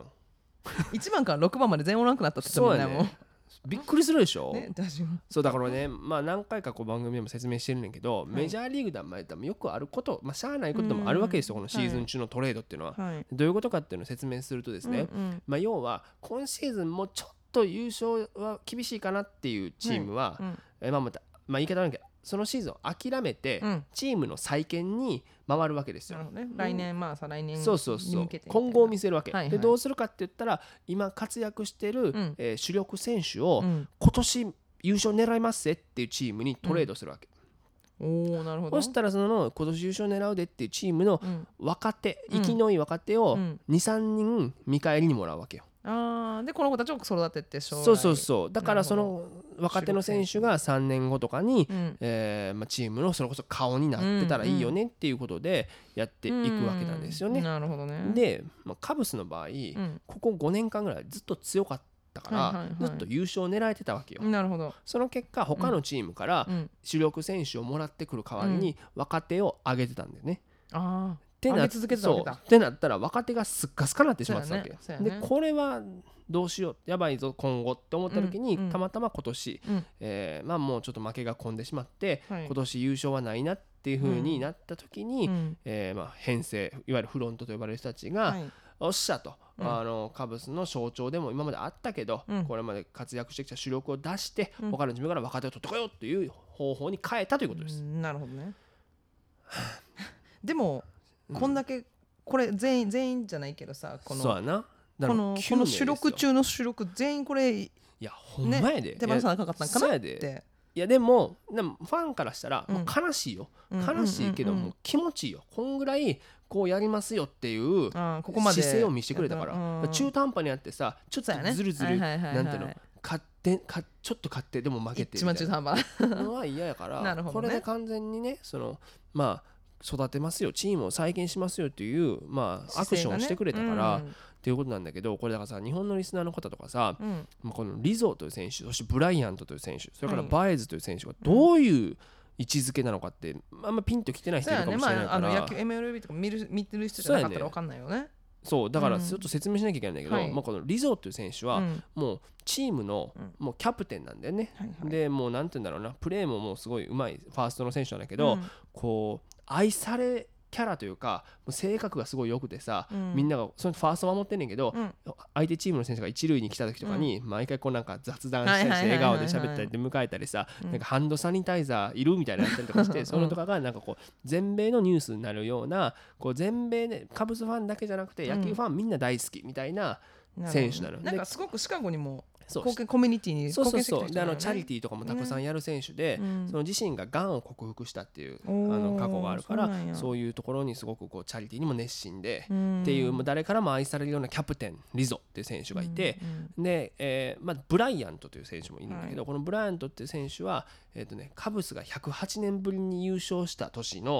1番から6番まで全員おらんくなったって言ってもねもうびっくりするでしょ、 ね、 そうだからね、まあ、何回かこう番組でも説明してるんだけど、メジャーリーグでもよくあること、まあ、しゃあないことでもあるわけですよ、このシーズン中のトレードっていうのは、どういうことかっていうのを説明するとですね、まあ、要は今シーズンもちょっと優勝は厳しいかなっていうチームは、まあ言い方なんだけどそのシーズンを諦めてチームの再建に回るわけですよ。 なるほどね、来年まあ再来年にそう今後を見せるわけ、でどうするかって言ったら今活躍してる、主力選手を今年優勝狙いますぜっていうチームにトレードするわけ、 おなるほど。 そしたらその今年優勝狙うでっていうチームの若手、生きのいい若手を 2,3 人見返りにもらうわけよ。 でこの子たちを育てて将来そうだからその若手の選手が3年後とかに、チームのそれこそ顔になってたらいいよねっていうことでやっていくわけなんですよね。 なるほどね。 で、カブスの場合、ここ5年間ぐらいずっと強かったから、ずっと優勝を狙えてたわけよ。 なるほど。 その結果他のチームから主力選手をもらってくる代わりに若手を上げてたんだよね。ってなったら若手がスッカスカになってしまったわけよ。でこれはどうしようやばいぞ今後って思った時に、たまたま今年、もうちょっと負けが込んでしまって、今年優勝はないなっていう風になった時に、編成いわゆるフロントと呼ばれる人たちが、おっしゃと、カブスの象徴でも今まであったけど、これまで活躍してきた主力を出して、他のチームから若手を取ってこようっていう方法に変えたということです。 なるほどね。でもこんだけこれ全員じゃないけどさこの主力中の主力全員これいやほんまやで手放さなかったんかなって。 いやでもファンからしたらもう悲しいよ、悲しいけども気持ちいいよ。こんぐらいこうやりますよっていう姿勢を見せてくれたから、中途半端にやってさちょっとずるずるなんていうのちょっと勝ってでも負けてみたいなのは嫌やからこれで完全にね育てますよチームを再建しますよというアクションをしてくれたからっていうことなんだけど、これだからさ日本のリスナーの方とかさ、このリゾという選手そしてブライアントという選手それからバエズという選手がどういう位置づけなのかってあんまピンときてない人いるかもしれないから、 野球 MLB とか見てる人じゃなかったら分かんないよね。 そうだからちょっと説明しなきゃいけないんだけど、このリゾという選手はもうチームのもうキャプテンなんだよね。でもうなんて言うんだろうなプレーももうすごいうまいファーストの選手なんだけど、こう愛されキャラというか性格がすごい良くてさ、みんながそのファースト守ってんねんけど、相手チームの選手が一塁に来た時とかに、毎回こうなんか雑談したりして笑顔で喋ったりで迎えたりさ、なんかハンドサニタイザーいるみたいなやったりとかして、そのとかがなんかこう全米のニュースになるようなこう全米でカブスファンだけじゃなくて野球ファンみんな大好きみたいな選手なの。 なんかすごくシカゴにも貢献コミュニティに貢献してきた人だよね。 チャリティーとかもたくさんやる選手で、その自身ががんを克服したっていう過去があるから、そういうところにすごくこうチャリティーにも熱心でっていう、誰からも愛されるようなキャプテンリゾっていう選手がいて、で、ブライアントという選手もいるんだけど、このブライアントっていう選手は、カブスが108年ぶりに優勝した年の、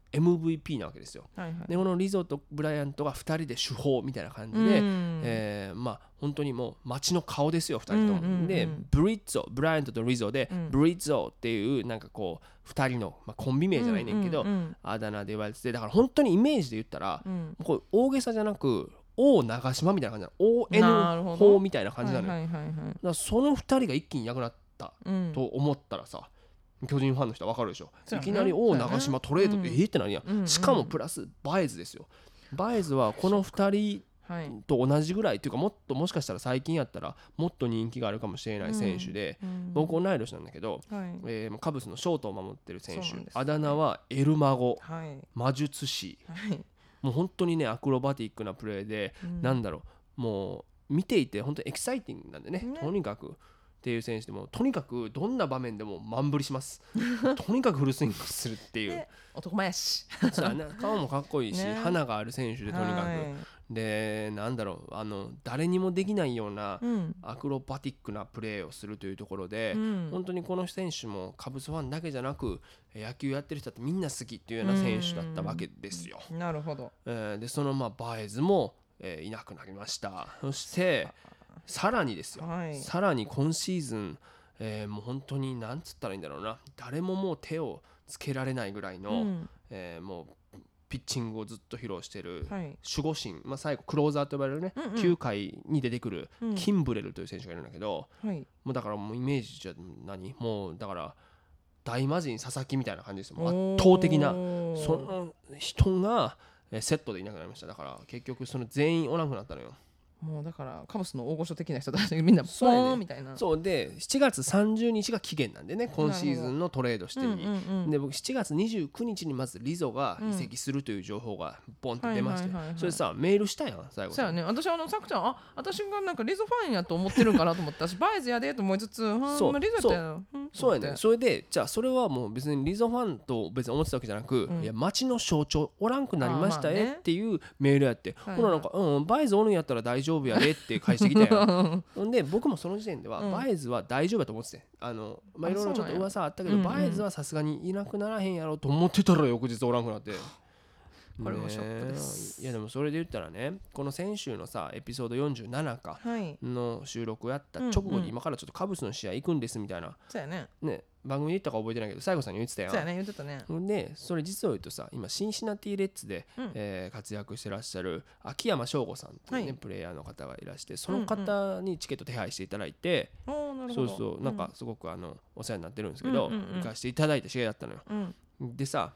MVP なわけですよ。 はいはい、 でこのリゾとブライアントが2人で主砲みたいな感じで、まあ本当にもう街の顔ですよ2人とも、でブライアントとリゾで、ブリッツォっていうなんかこう2人の、まあ、コンビ名じゃないねんけど、あだ名で言われてて、だから本当にイメージで言ったら、こう大げさじゃなく王長島みたいな感じなの、 ON 砲みたいな感じなのよ。だからその2人が一気にいなくなったと思ったらさ、巨人ファンの人は分かるでしょ。いきなり王長島トレードってって何や、しかもプラスバエズですよ。バエズはこの2人と同じぐらいっていうか、もしかしたら最近やったらもっと人気があるかもしれない選手で、僕同い年なんだけど、カブスのショートを守ってる選手、あだ名はエルマゴ、魔術師、もう本当にねアクロバティックなプレーで、なんだろう、もう見ていて本当にエキサイティングなんでね、とにかくっていう選手でもとにかくどんな場面でも満振りしますとにかくフルスイングするっていう男前やし顔もかっこいいし、花がある選手でとにかく、でなんだろう、誰にもできないようなアクロバティックなプレーをするというところで、本当にこの選手もカブスファンだけじゃなく野球やってる人だってみんな好きっていうような選手だったわけですよ。 なるほど。 でそのバエズもいなくなりました。そしてさらにですよ、さらに今シーズン、もう本当になんつったらいいんだろうな、誰ももう手をつけられないぐらいの、もうピッチングをずっと披露している守護神、最後クローザーと呼ばれるね、9回に出てくるキンブレルという選手がいるんだけど、もうだからもうイメージじゃもうだから大魔神佐々木みたいな感じですよ。圧倒的なその人がセットでいなくなりました。だから結局その全員おらなくなったのよ。もうだからカブスの大御所的な人たちみんなポーンみたいな。 そうで7月30日が期限なんでね、今シーズンのトレードしていい、で僕7月29日にまずリゾが移籍するという情報がボンって出まして、それさメールしたやん最後。 そうやね、私さくちゃん私がなんかリゾファンやと思ってるんかなと思ったしバイズやでと思いつつそうリゾやそうやね。それでじゃあそれはもう別にリゾファンと別に思ってたわけじゃなく、いや街の象徴おらんくなりましたっていうメールやって、ほらなんかバイズおるんやったら大丈夫やでって返してきたよで僕もその時点ではバエズは大丈夫だと思ってて、いろいろちょっと噂あったけどバエズはさすがにいなくならへんやろと思ってたら翌日おらんくなって、 これもショックです。 いやでもそれで言ったらね、この先週のさエピソード47かの収録をやった直後に今からちょっとカブスの試合行くんですみたいな、 そうやね、 番組で言ったか覚えてないけど西郷さんに言ってたよ。 そうやね、言ってたね。 でそれ実を言うとさ、今シンシナティレッズで、活躍してらっしゃる秋山翔吾さんっていうね、プレイヤーの方がいらして、その方にチケット手配していただいて、そうなんかすごくお世話になってるんですけど、行かせていただいた試合だったのよ。でさ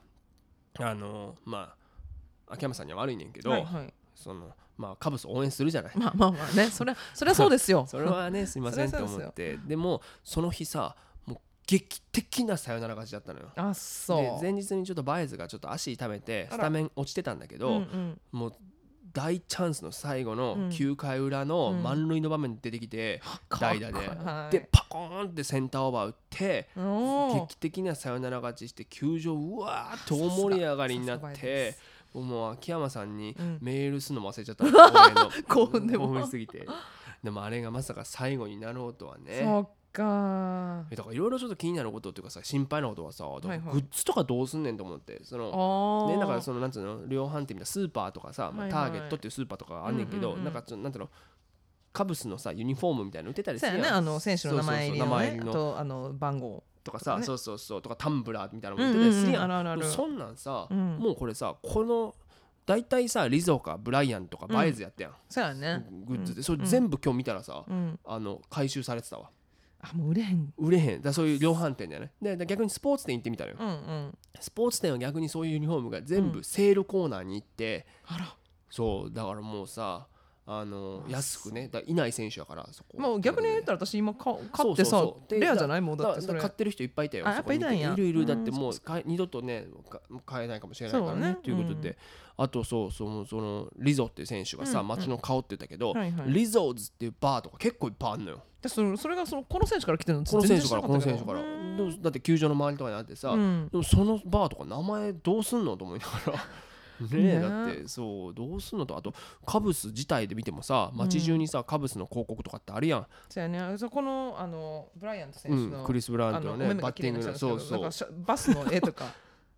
秋山さんには悪いねんけど、カブス応援するじゃない。 まあね、そりゃそうですよそれはねすいませんと思ってでもその日さもう劇的なサヨナラ勝ちだったのよ。で前日にちょっとバエズがちょっと足痛めてスタメン落ちてたんだけど、もう大チャンスの最後の9回裏の満塁の場面に出てきて、代打でパコーンってセンターオーバー打って劇的なサヨナラ勝ちして球場うわーっと大盛り上がりになって、もう秋山さんにメールするのも忘れちゃった興奮でも興奮しすぎてでもあれがまさか最後になろうとはね。 そっか。 だからいろいろちょっと気になることっていうかさ、心配なことはさ、グッズとかどうすんねんと思って、だからそのなんつうの量販店みたいなスーパーとかさ、ターゲットっていうスーパーとかあんねんけど、なんかなんていうのカブスのさユニフォームみたいなの売ってたりするやん。 そうやね、選手の名前入りのね、と番号とかさ、そうとかタンブラーみたいなのも売ってたりするやん。そんなんさ、もうこれさこの大体さリゾかブライアンとかバエズやったやん、 そうやね、 グッズでそれ全部今日見たらさ、回収されてたわ。 もう売れへんだそういう量販店だよね。で逆にスポーツ店行ってみたのよ、スポーツ店は逆にそういうユニフォームが全部セールコーナーに行って、そうだからもうさ安くねいない選手やからそこもう逆に言ったら私今買ってさレアじゃないもんだってそれ買ってる人いっぱいいたよ。 やっぱいたんや。 いるだってもう二度とね買えないかもしれないからねということで、あとそのリゾっていう選手がさ街の顔って言ったけど、リゾーズっていうバーとか結構いっぱいあるのよ。 それがこの選手から来てるの？ この選手からだって球場の周りとかにあってさ、でもそのバーとか名前どうすんのと思いながらだってそうどうすんのと、あとカブス自体で見てもさ街中にさカブスの広告とかってあるやん。 そうやね、このブライアント選手のクリス・ブライアントのねバッティングのバスの絵とか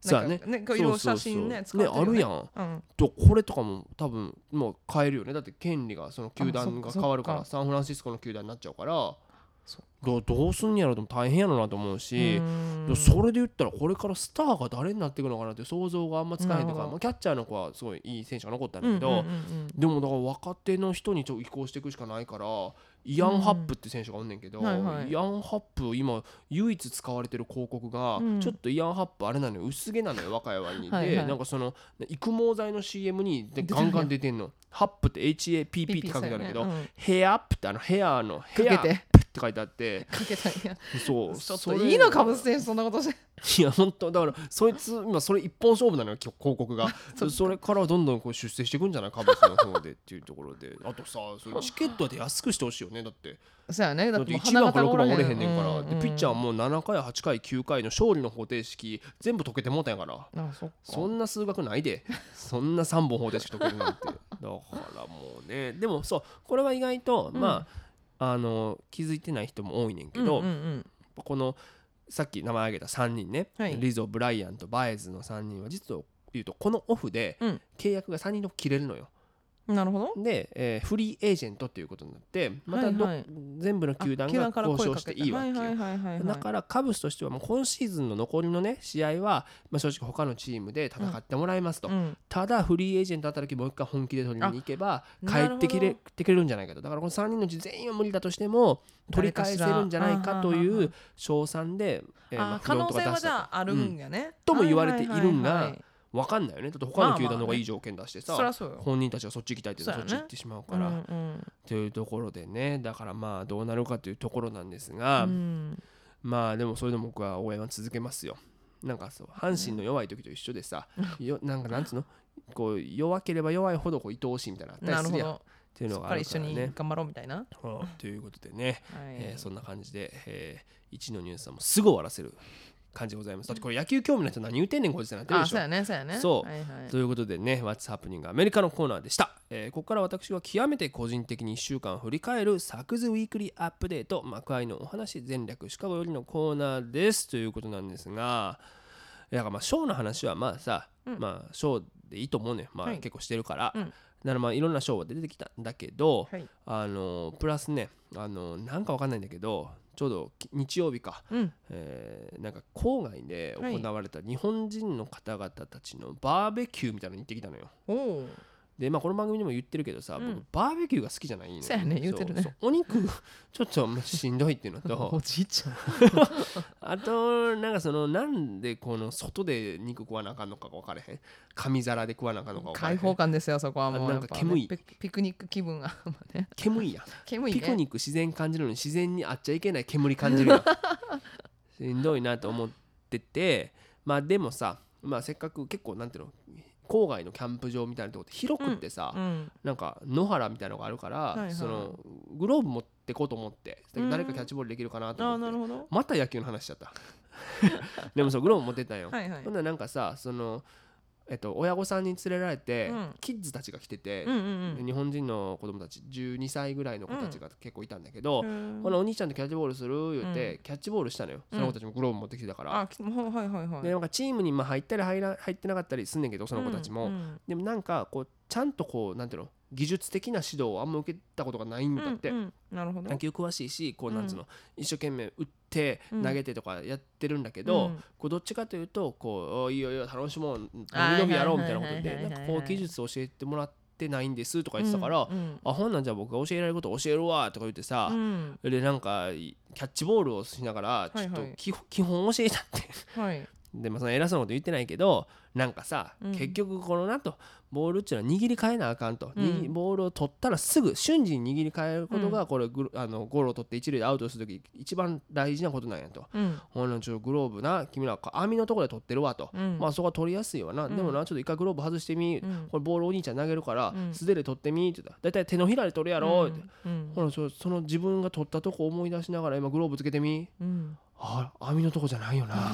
そうやねこういろいろ写真ね使ってるよねあるやん、とこれとかも多分もう変えるよね。だって権利がその球団が変わるからサンフランシスコの球団になっちゃうからどうすんやろとも大変やろなと思うし、それで言ったらこれからスターが誰になっていくのかなって想像があんまつかへんとか、キャッチャーの子はすごいいい選手が残ったんだけど、でもだから若手の人に移行していくしかないから、イアン・ハップって選手がおんねんけど、イアン・ハップ今唯一使われてる広告が、ちょっとイアン・ハップあれなのよ、薄毛なのよ若い割にで、なんかその育毛剤の CM にガンガン出てんの。ハップって HAPP って書いてあるんだけど、ヘアアップってヘアのヘアって書いてあってかけたんや。 そうちょっといいのかぶせてそんなことして。 いや本当だからそいつ今それ一本勝負なのよ広告がそれからどんどんこう出世していくんじゃないカブスの方でっていうところで、あとさそれチケットで安くしてほしいよね。だってそうやね、だって 1番か6番おれへんねんから、でピッチャーもう7回8回9回の勝利の方程式全部解けてもうたんやから、そんな数学ないでそんな3本方程式解けるなんてだからもうね。でもそうこれは意外と、まあ気づいてない人も多いねんけど、このさっき名前挙げた3人ね、リゾ、ブライアント、バエズの3人は実を言うとこのオフで契約が3人とも切れるのよ。 なるほど。 で、フリーエージェントっていうことになってまた全部の球団が交渉していいわけよ。だからカブスとしてはもう今シーズンの残りのね試合は、正直他のチームで戦ってもらいますと、ただフリーエージェントあった時もう一回本気で取りに行けば帰ってきてくれるんじゃないかと。だからこの3人のうち全員は無理だとしても取り返せるんじゃないかという称賛で可能性はじゃああるんやね、 とも言われているんが分かんないよね。だって他の球団の方がいい条件出してさ、本人たちがそっち行きたいって言うとそっち行ってしまうからというところでね、だからまあどうなるかというところなんですが、まあでもそれでも僕は応援は続けますよ。なんかそう阪神の弱い時と一緒でさ、なんかなんつうのこう弱ければ弱いほどこう愛おしいみたいなあったりするやんっていうのがあるからね。 一緒に頑張ろうみたいなということでね、そんな感じで、1のニュースはもうすぐ終わらせる感じでございます。だってこれ野球興味の人何言ってんねんこいつってなってるでしょ。 そうやねそうやね。 そう、ということでね What's Happening アメリカのコーナーでした。ここから私は極めて個人的に1週間を振り返るサクズウィークリーアップデート幕開のお話全略シカゴよりのコーナーですということなんですが、だからまあショーの話はまあさ、まあショーでいいと思うね。まあ結構してるから、だからまあいろんなショーが出てきたんだけど、プラスねなんかわかんないんだけどちょうど日曜日か、なんか郊外で行われた日本人の方々たちのバーベキューみたいなのに行ってきたのよ。でまあこの番組でも言ってるけどさ、僕バーベキューが好きじゃないのよ。 そうやね言ってるね。 お肉ちょっとしんどいっていうのとおじいちゃんあとなんかなんでこの外で肉食わなあかんのか分からへん、紙皿で食わなあかんのか分からへん。 開放感ですよそこはもう。 なんか煙い、 ピクニック気分がね煙いやん。 煙いね。 ピクニック自然感じるのに自然にあっちゃいけない煙感じるやんしんどいなと思ってて、まあでもさ、まあせっかく結構なんていうの郊外のキャンプ場みたいなとこって広くってさ、なんか野原みたいなのがあるから、そのグローブ持ってこうと思って誰かキャッチボールできるかなと思って、また野球の話しちゃったでもそうグローブ持ってったんよ。ほんならなんかさ親御さんに連れられて、キッズたちが来てて、日本人の子供たち12歳ぐらいの子たちが結構いたんだけど、ほなお兄ちゃんとキャッチボールする言って、キャッチボールしたのよ。その子たちもグローブ持ってきてたから、でなんかチームに入ったり入ってなかったりすんねんけどその子たちも、でもなんかこうちゃんとこうなんていうの技術的な指導をあんま受けたことがないんだって。 なるほど。 野球詳しいしこうなんつうの、一生懸命打って投げてとかやってるんだけど、こうどっちかというとこういいよいいよ楽しもう伸びやろうみたいなことで、なんかこう技術を教えてもらってないんですとか言ってたから、ほんなんじゃあ僕が教えられること教えるわとか言ってさ、でなんかキャッチボールをしながらちょっと基本教えたってでまあその偉そうなこと言ってないけどなんかさ、結局このなとボールっていうのは握り替えなあかんと、ボールを取ったらすぐ瞬時に握り替えることがこれゴロを取って一塁でアウトするとき一番大事なことなんやと、ほんなちょっとグローブな君ら網のところで取ってるわと、まあそこは取りやすいわな、でもなちょっと一回グローブ外してみ、これボールお兄ちゃん投げるから素手で取ってみって言ったらだいたい手のひらで取るやろって、ほらその自分が取ったとこ思い出しながら今グローブつけてみ、網のとこじゃないよな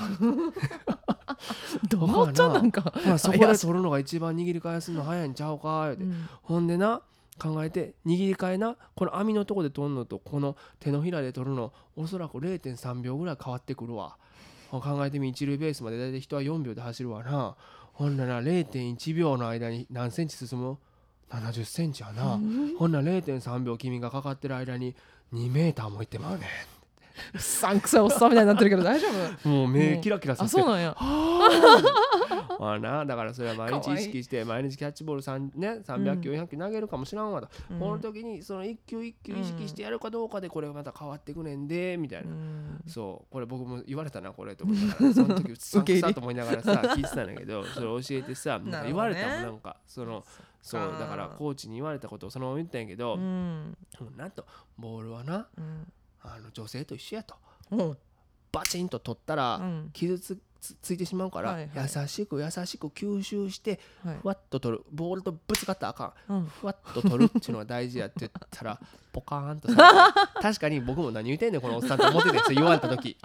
どうちゃなんかそこで取るのが一番握り返すの早いんちゃうかって、ほんでな考えて握り替えなこの網のとこで取るのとこの手のひらで取るのおそらく 0.3 秒ぐらい変わってくるわ考えてみ、一塁ベースまでだいたい人は4秒で走るわな。ほんなら 0.1 秒の間に何センチ進む？70センチやな。ほんなら 0.3 秒君がかかってる間に2メーターもいってまうね。 うっさんくさいおっさんみたいになってるけど大丈夫？ もう目キラキラさせて、 あ、そうなんや。 まあな、だからそれは毎日意識して毎日キャッチボール300球400球投げるかもしらんわと、この時にその一球一球意識してやるかどうかでこれまた変わってくねんでみたいな、そうこれ僕も言われたなこれと思いながらその時うっさんくさと思いながらさ聞いてたんだけど、それ教えてさなんか言われたもん、なんかそうだからコーチに言われたことをそのまま言ったんやけど、なんとボールはな、女性と一緒やと、バチンと取ったら傷ついてしまうから、優しく吸収して、ふわっと取る、ボールとぶつかったらあかん、ふわっと取るっていうのが大事やって言ったらポカーンとさ確かに僕も何言うてんねんこのおっさんと思っててそれ言われた時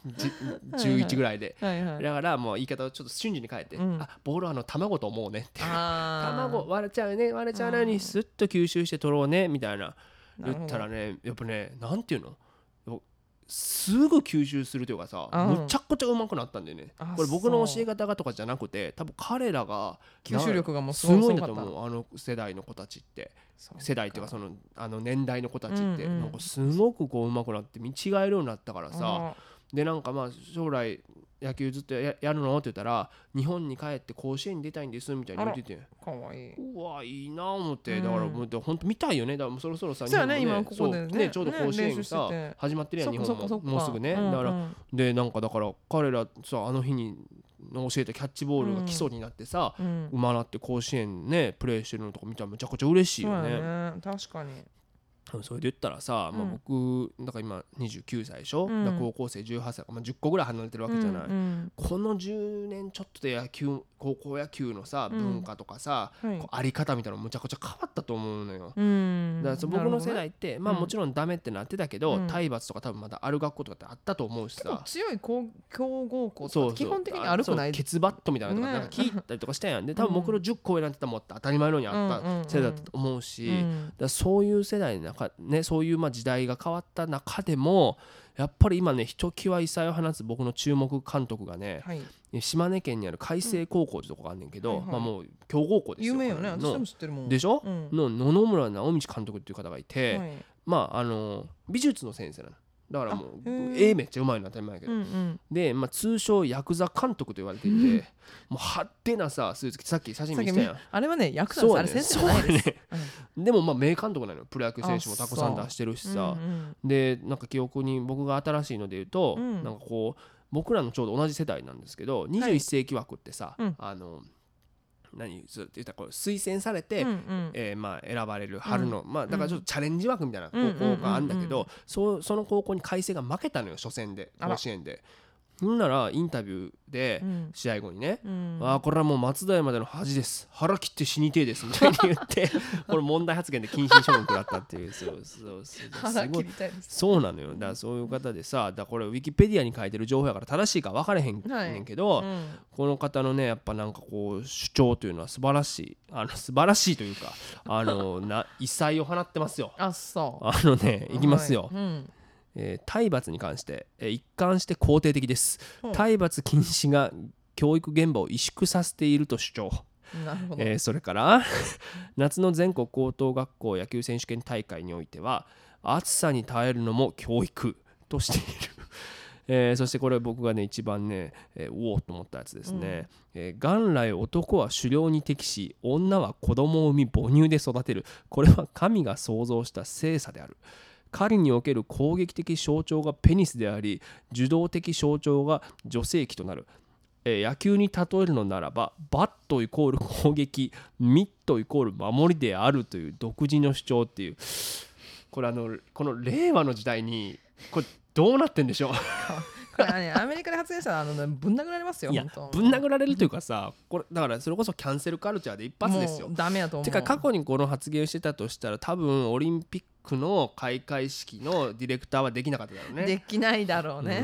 11ぐらいで、だからもう言い方をちょっと瞬時に変えて、ボールは卵と思うねって卵割れちゃうのにスッと吸収して取ろうねみたいな言ったらね、やっぱね、なんていうの、すぐ吸収するというかさ、むちゃくちゃうまくなったんだよね。これ僕の教え方がとかじゃなくて、多分彼らが吸収力がもうすごいんだと思う。あの世代の子たちって、世代っていうかあの年代の子たちってなんかすごくこううまくなって見違えるようになったからさ、でなんかまあ将来野球ずっと やるのって言ったら日本に帰って甲子園に出たいんですみたいに言ってて、 かわいい、 うわいいな思って、だからもう本当見たいよね。だからもうそろそろさ、 そうやね、今ここでねちょうど甲子園さ始まってるやん、日本ももうすぐね。だからでなんかだから彼らさ、あの日に教えたキャッチボールが基礎になってさ、馬なって甲子園ねプレーしてるのとか見たらめちゃくちゃ嬉しいよね。 確かに。 それで言ったらさ、僕だから今29歳でしょ、だから高校生18歳、10個ぐらい離れてるわけじゃない、この10年ちょっとで高校野球のさ文化とかさ、あり方みたいなのむちゃくちゃ変わったと思うのよ。だから僕の世代って、もちろんダメってなってたけど、体罰とか多分まだある学校とかってあったと思うしさ、 強い強豪校とか基本的に悪くない、 ケツバットみたいなのとかなんか聞いたりとかしたやんで、多分僕の10個上なんてたらもっと当たり前のようにあった世代だったと思うし、だからそういう世代の中ね、そういう時代が変わった中でもやっぱり今ね、ひときわ異彩を放つ僕の注目監督がね、島根県にある海星高校ってとこがあんねんけど、もう強豪校ですよ。 有名よね、私も知ってるもん。 でしょ、の野々村直道監督っていう方がいて、美術の先生なの。だからもうめっちゃうまいの当たり前やけど、で、通称ヤクザ監督と言われていて、もう派手なさスーツ着て、さっき写真見せたやん。 あれはね、ヤクザです、あれ先生じゃないです。 でも名監督なのよ。プロ野球選手もたくさん出してるしさ、でなんか記憶に僕が新しいので言うと、なんかこう僕らのちょうど同じ世代なんですけど、21世紀枠ってさ、何ずっと言ったらこう推薦されて、選ばれる春の、だからちょっとチャレンジ枠みたいな高校があるんだけど、その高校に海星が負けたのよ、初戦で甲子園で。んならインタビューで試合後にね、これはもう松田山での恥です、腹切って死にてえですみたいに言ってこれ問題発言で謹慎処分食らったっていうすごいそうなのよ。だからそういう方でさ、だからこれウィキペディアに書いてる情報やから正しいか分からへんねんけど、この方のねやっぱなんかこう主張というのは素晴らしい、素晴らしいというか異彩を放ってますよ。いきますよ。体罰に関して一貫して肯定的です。体罰禁止が教育現場を萎縮させていると主張。それから夏の全国高等学校野球選手権大会においては暑さに耐えるのも教育としている。そしてこれ僕がね一番ねおおと思ったやつですね。元来男は狩猟に適し、女は子供を産み母乳で育てる。これは神が創造した性差である。狩りにおける攻撃的象徴がペニスであり、受動的象徴が女性器となる。野球に例えるのならば、バットイコール攻撃、ミットイコール守りであるという独自の主張っていう、これこの令和の時代にこれどうなってんでしょうこれね、アメリカで発言したらぶん殴られますよ。 いやぶん殴られるというかさ、これだからそれこそキャンセルカルチャーで一発ですよ。 もうダメやと思う。 てか過去にこの発言をしてたとしたら、多分オリンピックの開会式のディレクターはできなかっただろうね。 できないだろうね。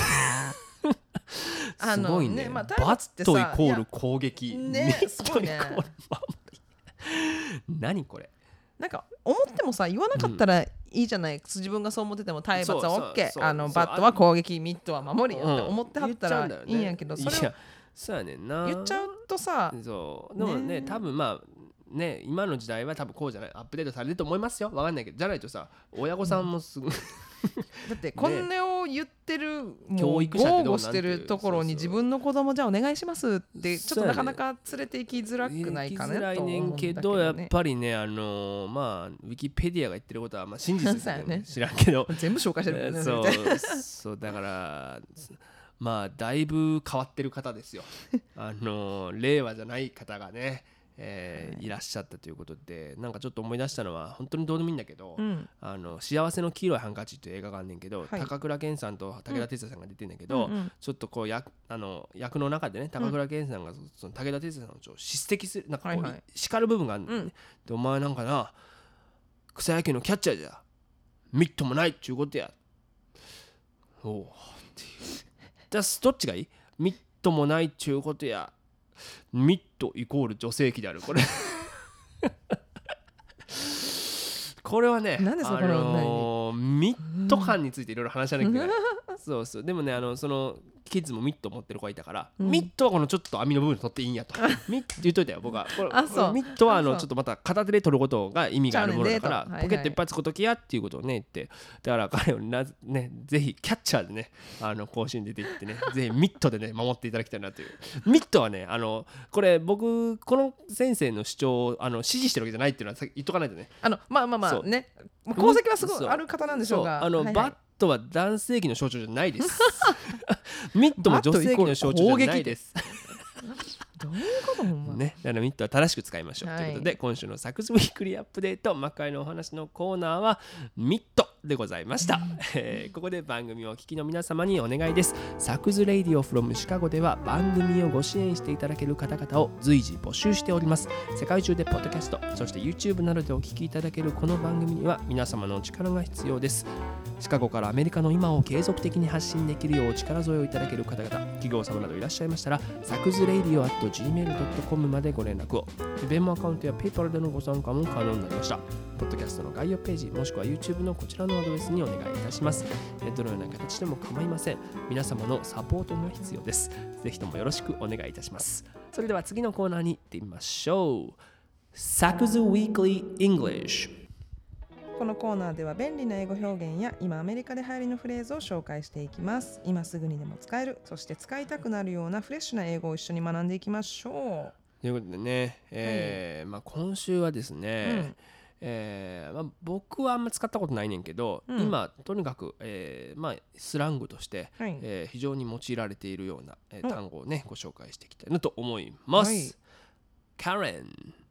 すごいね。バットイコール攻撃、ミットイコール守り。何これ。 なんか思ってもさ、言わなかったらいいいじゃない、自分がそう思ってても体罰は OK、 そうバットは攻撃、ミットは守りやって思ってはったらいいんやけど、 それをそうやねんな、 言っちゃうとさ、 そうでもね多分まあね今の時代は多分こうじゃない、アップデートされると思いますよ、わかんないけど、じゃないとさ親御さんもすぐだってこんなを言ってる、もう教育者ってどうなんて豪語してるところに自分の子供じゃあお願いしますってちょっとなかなか連れて行きづらくないかね行きづらいねんけど、やっぱりねまあウィキペディアが言ってることはまあ真実ですよね知らんけど全部紹介してるもんねそうだからまあだいぶ変わってる方ですよ令和じゃない方がねいらっしゃったということで、なんかちょっと思い出したのは本当にどうでもいいんだけど、幸せの黄色いハンカチっていう映画があんねんけど、高倉健さんと武田鉄矢さんが出てんだけど、ちょっとこう役の中でね高倉健さんがその武田鉄矢さんを叱責する、なんかこう叱る部分があるんだよね、でお前なんかな草野球のキャッチャーじゃミットもないっちゅうことや、おおっていうどっちがいい、ミットもないっちゅうことやミットイコール女性器である、これこれはね、 なんでそこミット感についていろいろ話し合わなきゃいけないそうそう、でもねそのキッズもミット持ってる子がいたから、ミットはこのちょっと網の部分取っていいんやとミット言っといたよ僕はこれミットはちょっとまた片手で取ることが意味があるものだからポケットいっぱいつくときやっていうことをね言って、だから彼をねぜひキャッチャーでね甲子園に出ていってねぜひミットでね守っていただきたいなという。ミットはねこれ僕この先生の主張を支持してるわけじゃないっていうのは言っとかないとね、 まあね功績はすごいある方なんでしょうが、 バットは男性器の象徴じゃないですミットも女性器の象徴じゃないですどういうことほんまね、だからミットは正しく使いましょう、ということで今週のサクズウィークリーアップデート魔界のお話のコーナーはミットでございました、ここで番組をお聞きの皆様にお願いです。サクズレイディオフロムシカゴでは番組をご支援していただける方々を随時募集しております。世界中でポッドキャストそして YouTube などでお聞きいただけるこの番組には皆様のお力が必要です。シカゴからアメリカの今を継続的に発信できるよう力添えをいただける方々、企業様などいらっしゃいましたらサクズレイディオ @gmail.com までご連絡を。ベンモアカウントや PayPal でのご参加も可能になりました。ポッドキャストの概要ページもしくは YouTube のこちらのアドレスにお願いいたします。どのような形でも構いません。皆様のサポートが必要です。ぜひともよろしくお願いいたします。それでは次のコーナーに行ってみましょう。サクズ Weekly English。 このコーナーでは便利な英語表現や今アメリカで流行りのフレーズを紹介していきます。今すぐにでも使える、そして使いたくなるようなフレッシュな英語を一緒に学んでいきましょう。 ということでね、今週はですね、僕はあんま使ったことないねんけど、今とにかく、スラングとして、非常に用いられているような、単語をねご紹介していきたいなと思います。Karen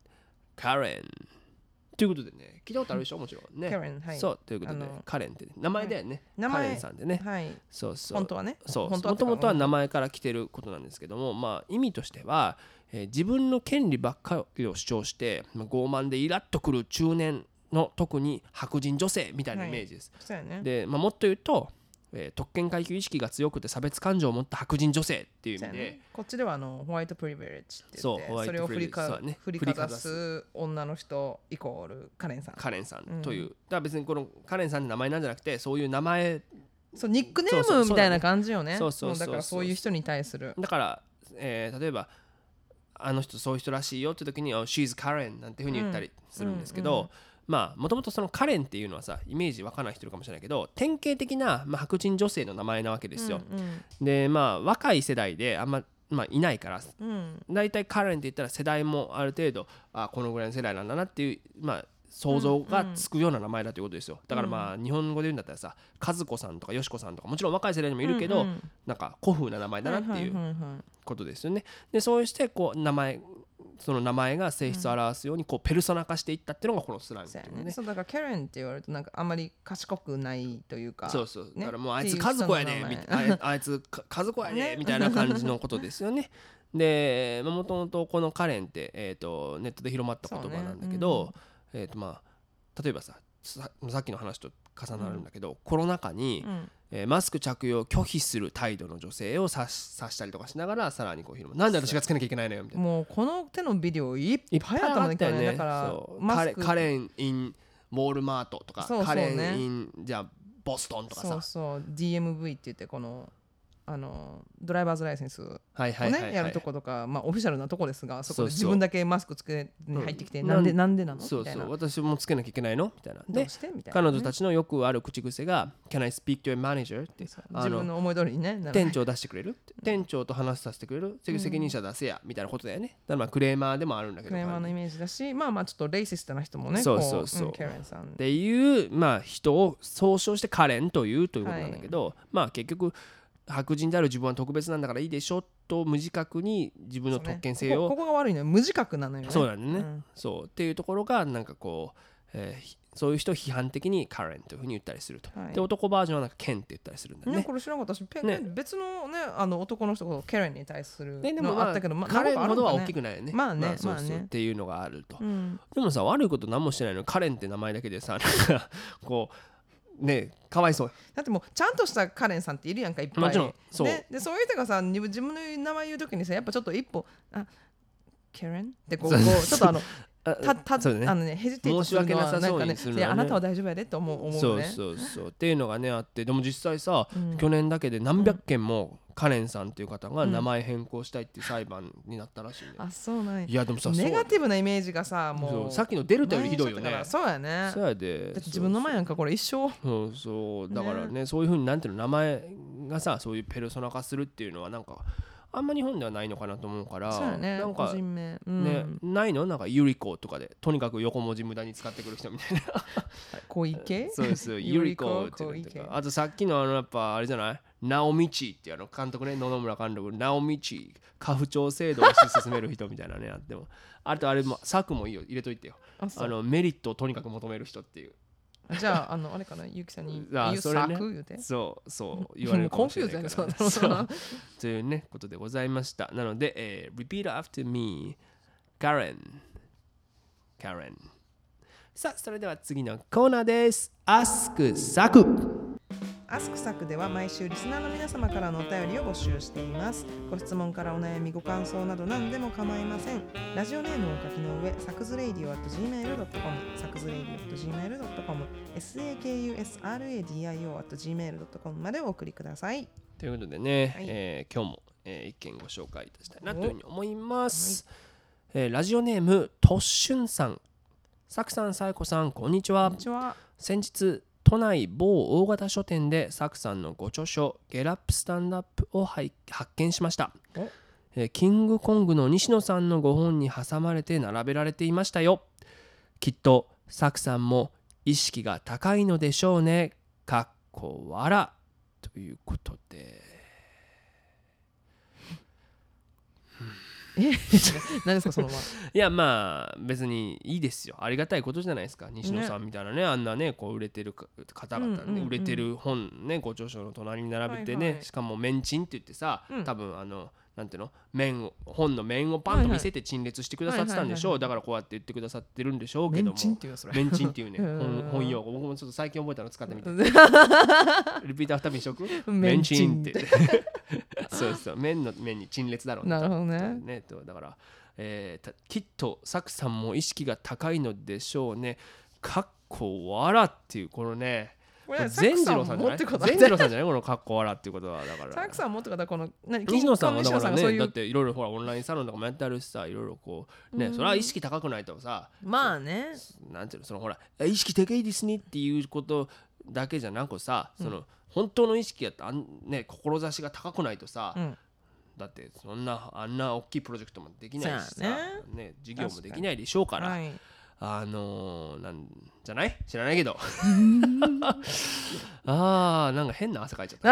ということでね、聞いたことあるでしょ、もちろんね。そうということで、カレンって名前だよね。カレンさんでね。そうそう。 本当はね。 そう。もともとは名前から来てることなんですけども、意味としては、自分の権利ばっかりを主張して、傲慢でイラッとくる中年の特に白人女性みたいなイメージです。で、もっと言うと、特権階級意識が強くて差別感情を持った白人女性っていう意味で、 こっちではホワイトプリベレッジって言って、それを振りかざす女の人イコールカレンさんという、だから別にこのカレンさんの名前なんじゃなくて、そういう名前、 そうニックネームみたいな感じよね。だからそういう人に対する、 だから、例えばあの人そういう人らしいよって時にShe's Karen なんていう風に言ったりするんですけど、もともとそのカレンっていうのはさ、イメージわからない人いるかもしれないけど、典型的な、白人女性の名前なわけですよ。で若い世代であんま、いないから、だいたいカレンって言ったら世代もある程度このぐらいの世代なんだなっていう、想像がつくような名前だということですよ。だから日本語で言うんだったらさ、和子さんとかよしこさんとかもちろん若い世代にもいるけど、なんか古風な名前だなっていうことですよね。でそうしてこうその名前が性質を表すようにこうペルソナ化していったっていうのがこのスラングっていうね。 そうだからカレンって言われるとなんかあんまり賢くないというか、 そうだからもうあいつ和子やねあいつ和子やねみたいな感じのことですよね。でもともとこのカレンって、ネットで広まった言葉なんだけど、例えばさっきの話と重なるんだけど、コロナ禍に、マスク着用を拒否する態度の女性を指したりとかしながらさらにこう広まる。なんで私がつけなきゃいけないのよみたいな。 もうこの手のビデオいっぱいあったもんね。 だからマスクカレン in ウォールマートとか、 そうそうね、 カレンインじゃあボストンとかさ、 そうそう DMV って言ってこのドライバーズライセンスをね、 はいはいはいはい、 やるとことか、まあオフィシャルなとこですが、そこそうそうで自分だけマスクつけに入ってきて、 うんなんでなのそうそうみたいな、 私もつけなきゃいけないのみたいなどでうしてみたいな、 彼女たちのよくある口癖が Can I speak to a manager? って自分の思い通りにね、 店長出してくれるって店長と話させてくれる責任者出せやみたいなことだよね。だからまあクレーマーでもあるんだけど、 クレーマーのイメージだし、まあまあちょっとレイシストな人もね、 そうそうそうケレンさんっていう、まあ、人を総称してカレンということなんだけど、まあ結局白人である自分は特別なんだからいいでしょと無自覚に自分の特権性を、 ここが悪いのよ、無自覚なのよね。 そうなんだね、そうっていうところがなんかこう、そういう人を批判的にカレンというふうに言ったりすると、で男バージョンはなんかケンって言ったりするんだね。 これ知らなかったし、別のね男の人がケレンに対するでも、 のあったけど、 カレンほどは大きくないよね。 まあね、 そうそうっていうのがあると、 でもさ悪いこと何もしてないのカレンって名前だけでさなんかこうねかわいそう。 だってもうちゃんとしたカレンさんっているやんか、いっぱい。 もちろんそうでそういう人がさ自分の名前言うときにさ、やっぱちょっと一歩ケレンってこうちょっとヘジテートするのはなんかね、いやあなたは大丈夫やでと思うね。 そうっていうのがねあって、でも実際さ、去年だけで何百件もカレンさんっていう方が名前変更したいっていう裁判になったらしいね。 あ、そうなんや。 いやでもさ、 ネガティブなイメージがさ、もうさっきのデルタよりひどいよね。 そうやね。 そうやで。 だって自分の前なんかこれ一生。 そうだからね、そういう風になんていうの名前がさ、そういうペルソナ化するっていうのはなんかあんま日本ではないのかなと思うから、 そうやね、 なんか個人名、 ね、ないのなんかユリコとかでとにかく横文字無駄に使ってくる人みたいな小池そうですユリコっていうのとか、あとさっきのやっぱあれじゃない、ナオミチっていう監督ね、野々村監督、ナオミチ家父長制度を推し進める人みたいなねあっても、あとあれも策もいいよ入れといてよ、メリットをとにかく求める人っていう。 じゃああれかな、ゆきさんに言う策言うて、 そう言われるかもしれないから、 そうというねことでございました。なので、repeat after me Karen さあそれでは次のコーナーです。 Ask サク。 アスクサクでは毎週リスナーの皆様からのお便りを募集しています。ご質問からお悩みご感想など何でも構いません。ラジオネームをお書きの上、サクズレイディオ @gmail.com、 サクズレイディオ @gmail.com、 sakusradio @gmail.com までお送りください。 ということでね、今日も、一件ご紹介いたしたいなというふうに思います。ラジオネームとっしゅんさん。サクさん、さえこさん、こんにちは。先日都内某大型書店でサクさんのご著書ゲラップスタンドアップを発見しました。キングコングの西野さんのご本に挟まれて並べられていましたよ。きっとサクさんも意識が高いのでしょうね。かっこわらということで何ですかそのいやまあ別にいいですよ、ありがたいことじゃないですか。西野さんみたいなね、あんなねこう売れてる方々ね、売れてる本ねご著書の隣に並べてね、しかも面賃って言ってさ、多分なんていうの本の面をパンと見せて陳列してくださってたんでしょう。だからこうやって言ってくださってるんでしょうけども、 面賃っていうのそれ、 面賃っていうね本用語、僕もちょっと最近覚えたの使ってみてリピーター2にしとく面賃ってそう面の面に陳列だろうなるほどね。 だから、きっとサクさんも意識が高いのでしょうね。かっこわらっていうこのね、善次郎さんじゃない？善次郎さんじゃないこのかっこわらっていうことは。だからサクさんもってことはこの西野さんはだからね、だっていろいろほらオンラインサロンとかもやってあるしさ、いろいろこうね、それは意識高くないとさ、 まあね、 なんていうの、そのほら意識高いですねっていうことだけじゃなくさ、その本当の意識やったね、志が高くないとさ、だってあんな大きいプロジェクトもできないしさ、ね、事業もできないでしょうから、なんじゃない知らないけどなんか変な汗かいちゃった、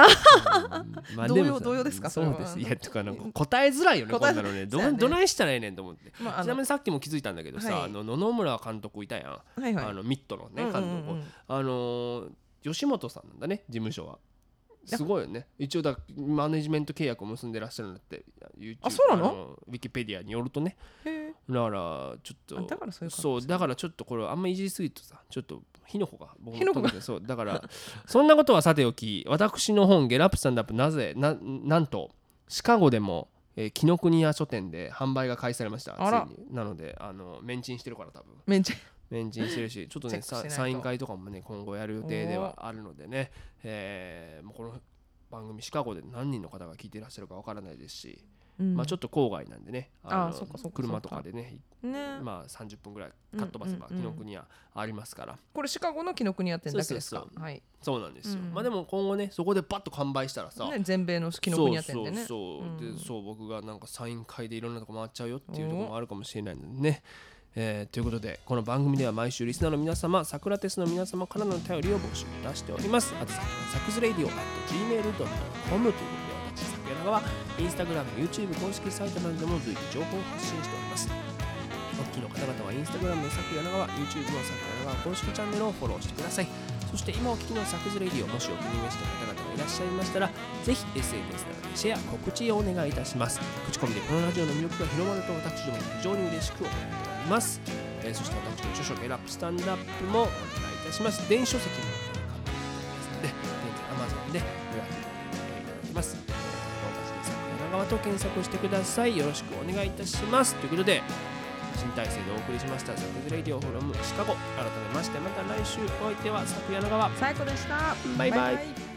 動揺ですか？ そうです。いやとかなんか答えづらいよねこんなのね。どないしたらええねんと思って。ちなみにさっきも気づいたんだけどさ、野々村監督いたやん、ミットのね監督、吉本さんなんだね、事務所は。すごいよね。一応マネジメント契約を結んでらっしゃるんだって。 あ、そうなの？ ウィキペディアによるとね。だからちょっとだからそういうそうだからちょっとこれあんまいじりすぎるとさ、ちょっと火の粉がそうだからそんなことはさておき、私の本ゲラップスタンドアップなんとシカゴでも紀ノ国屋書店で販売が開始されました。ついになのでメンチンしてるから多分メンチンしてるし、ちょっとねチェックしないとサイン会とかもね今後やる予定ではあるのでね、もうこの番組シカゴで何人の方が聞いていらっしゃるかわからないですし、まあちょっと郊外なんでね、 そっかそっか車とかでね、 ね、 まあ30分ぐらいかっ飛ばせば紀ノ国屋ありますから、 これシカゴの紀ノ国屋店だけですか？ そうそうはい。 そうなんですよ、まあでも今後ねそこでバッと完売したらさ、 ね、全米の紀ノ国屋店でね。 そう僕がなんかサイン会でいろんなとこ回っちゃうよっていうところもあるかもしれないのでね、ということでこの番組では毎週リスナーの皆様、サクラテスの皆様からの頼りを募集いたしております。あとサクズレイディオ @gmail.com ということで、私サクヤナガはインスタグラム、YouTube 公式サイトなどでも随時情報を発信しております。お聞きの方々はインスタグラムのサクヤナガワ、YouTube のサクヤナガワ公式チャンネルをフォローしてください。そして今お聞きのサクズレディオ、もしお気に召した方々がいらっしゃいましたら、ぜひ SNS などでシェア、告知をお願いいたします。口コミでこのラジオの魅力が広まると私ども非常に嬉しく思っております。そして私の著書ゲラップスタンドアップもお願いいたします。電子書籍も買っていますので、現在 Amazon で予約いただけます。ローマ字でサクヤナガワと検索してください。よろしくお願いいたします。ということで、新体制でお送りしましたサクズレディオフロムシカゴ、改めましてまた来週、お相手はサクヤナガワ最高でした。 バイバイ。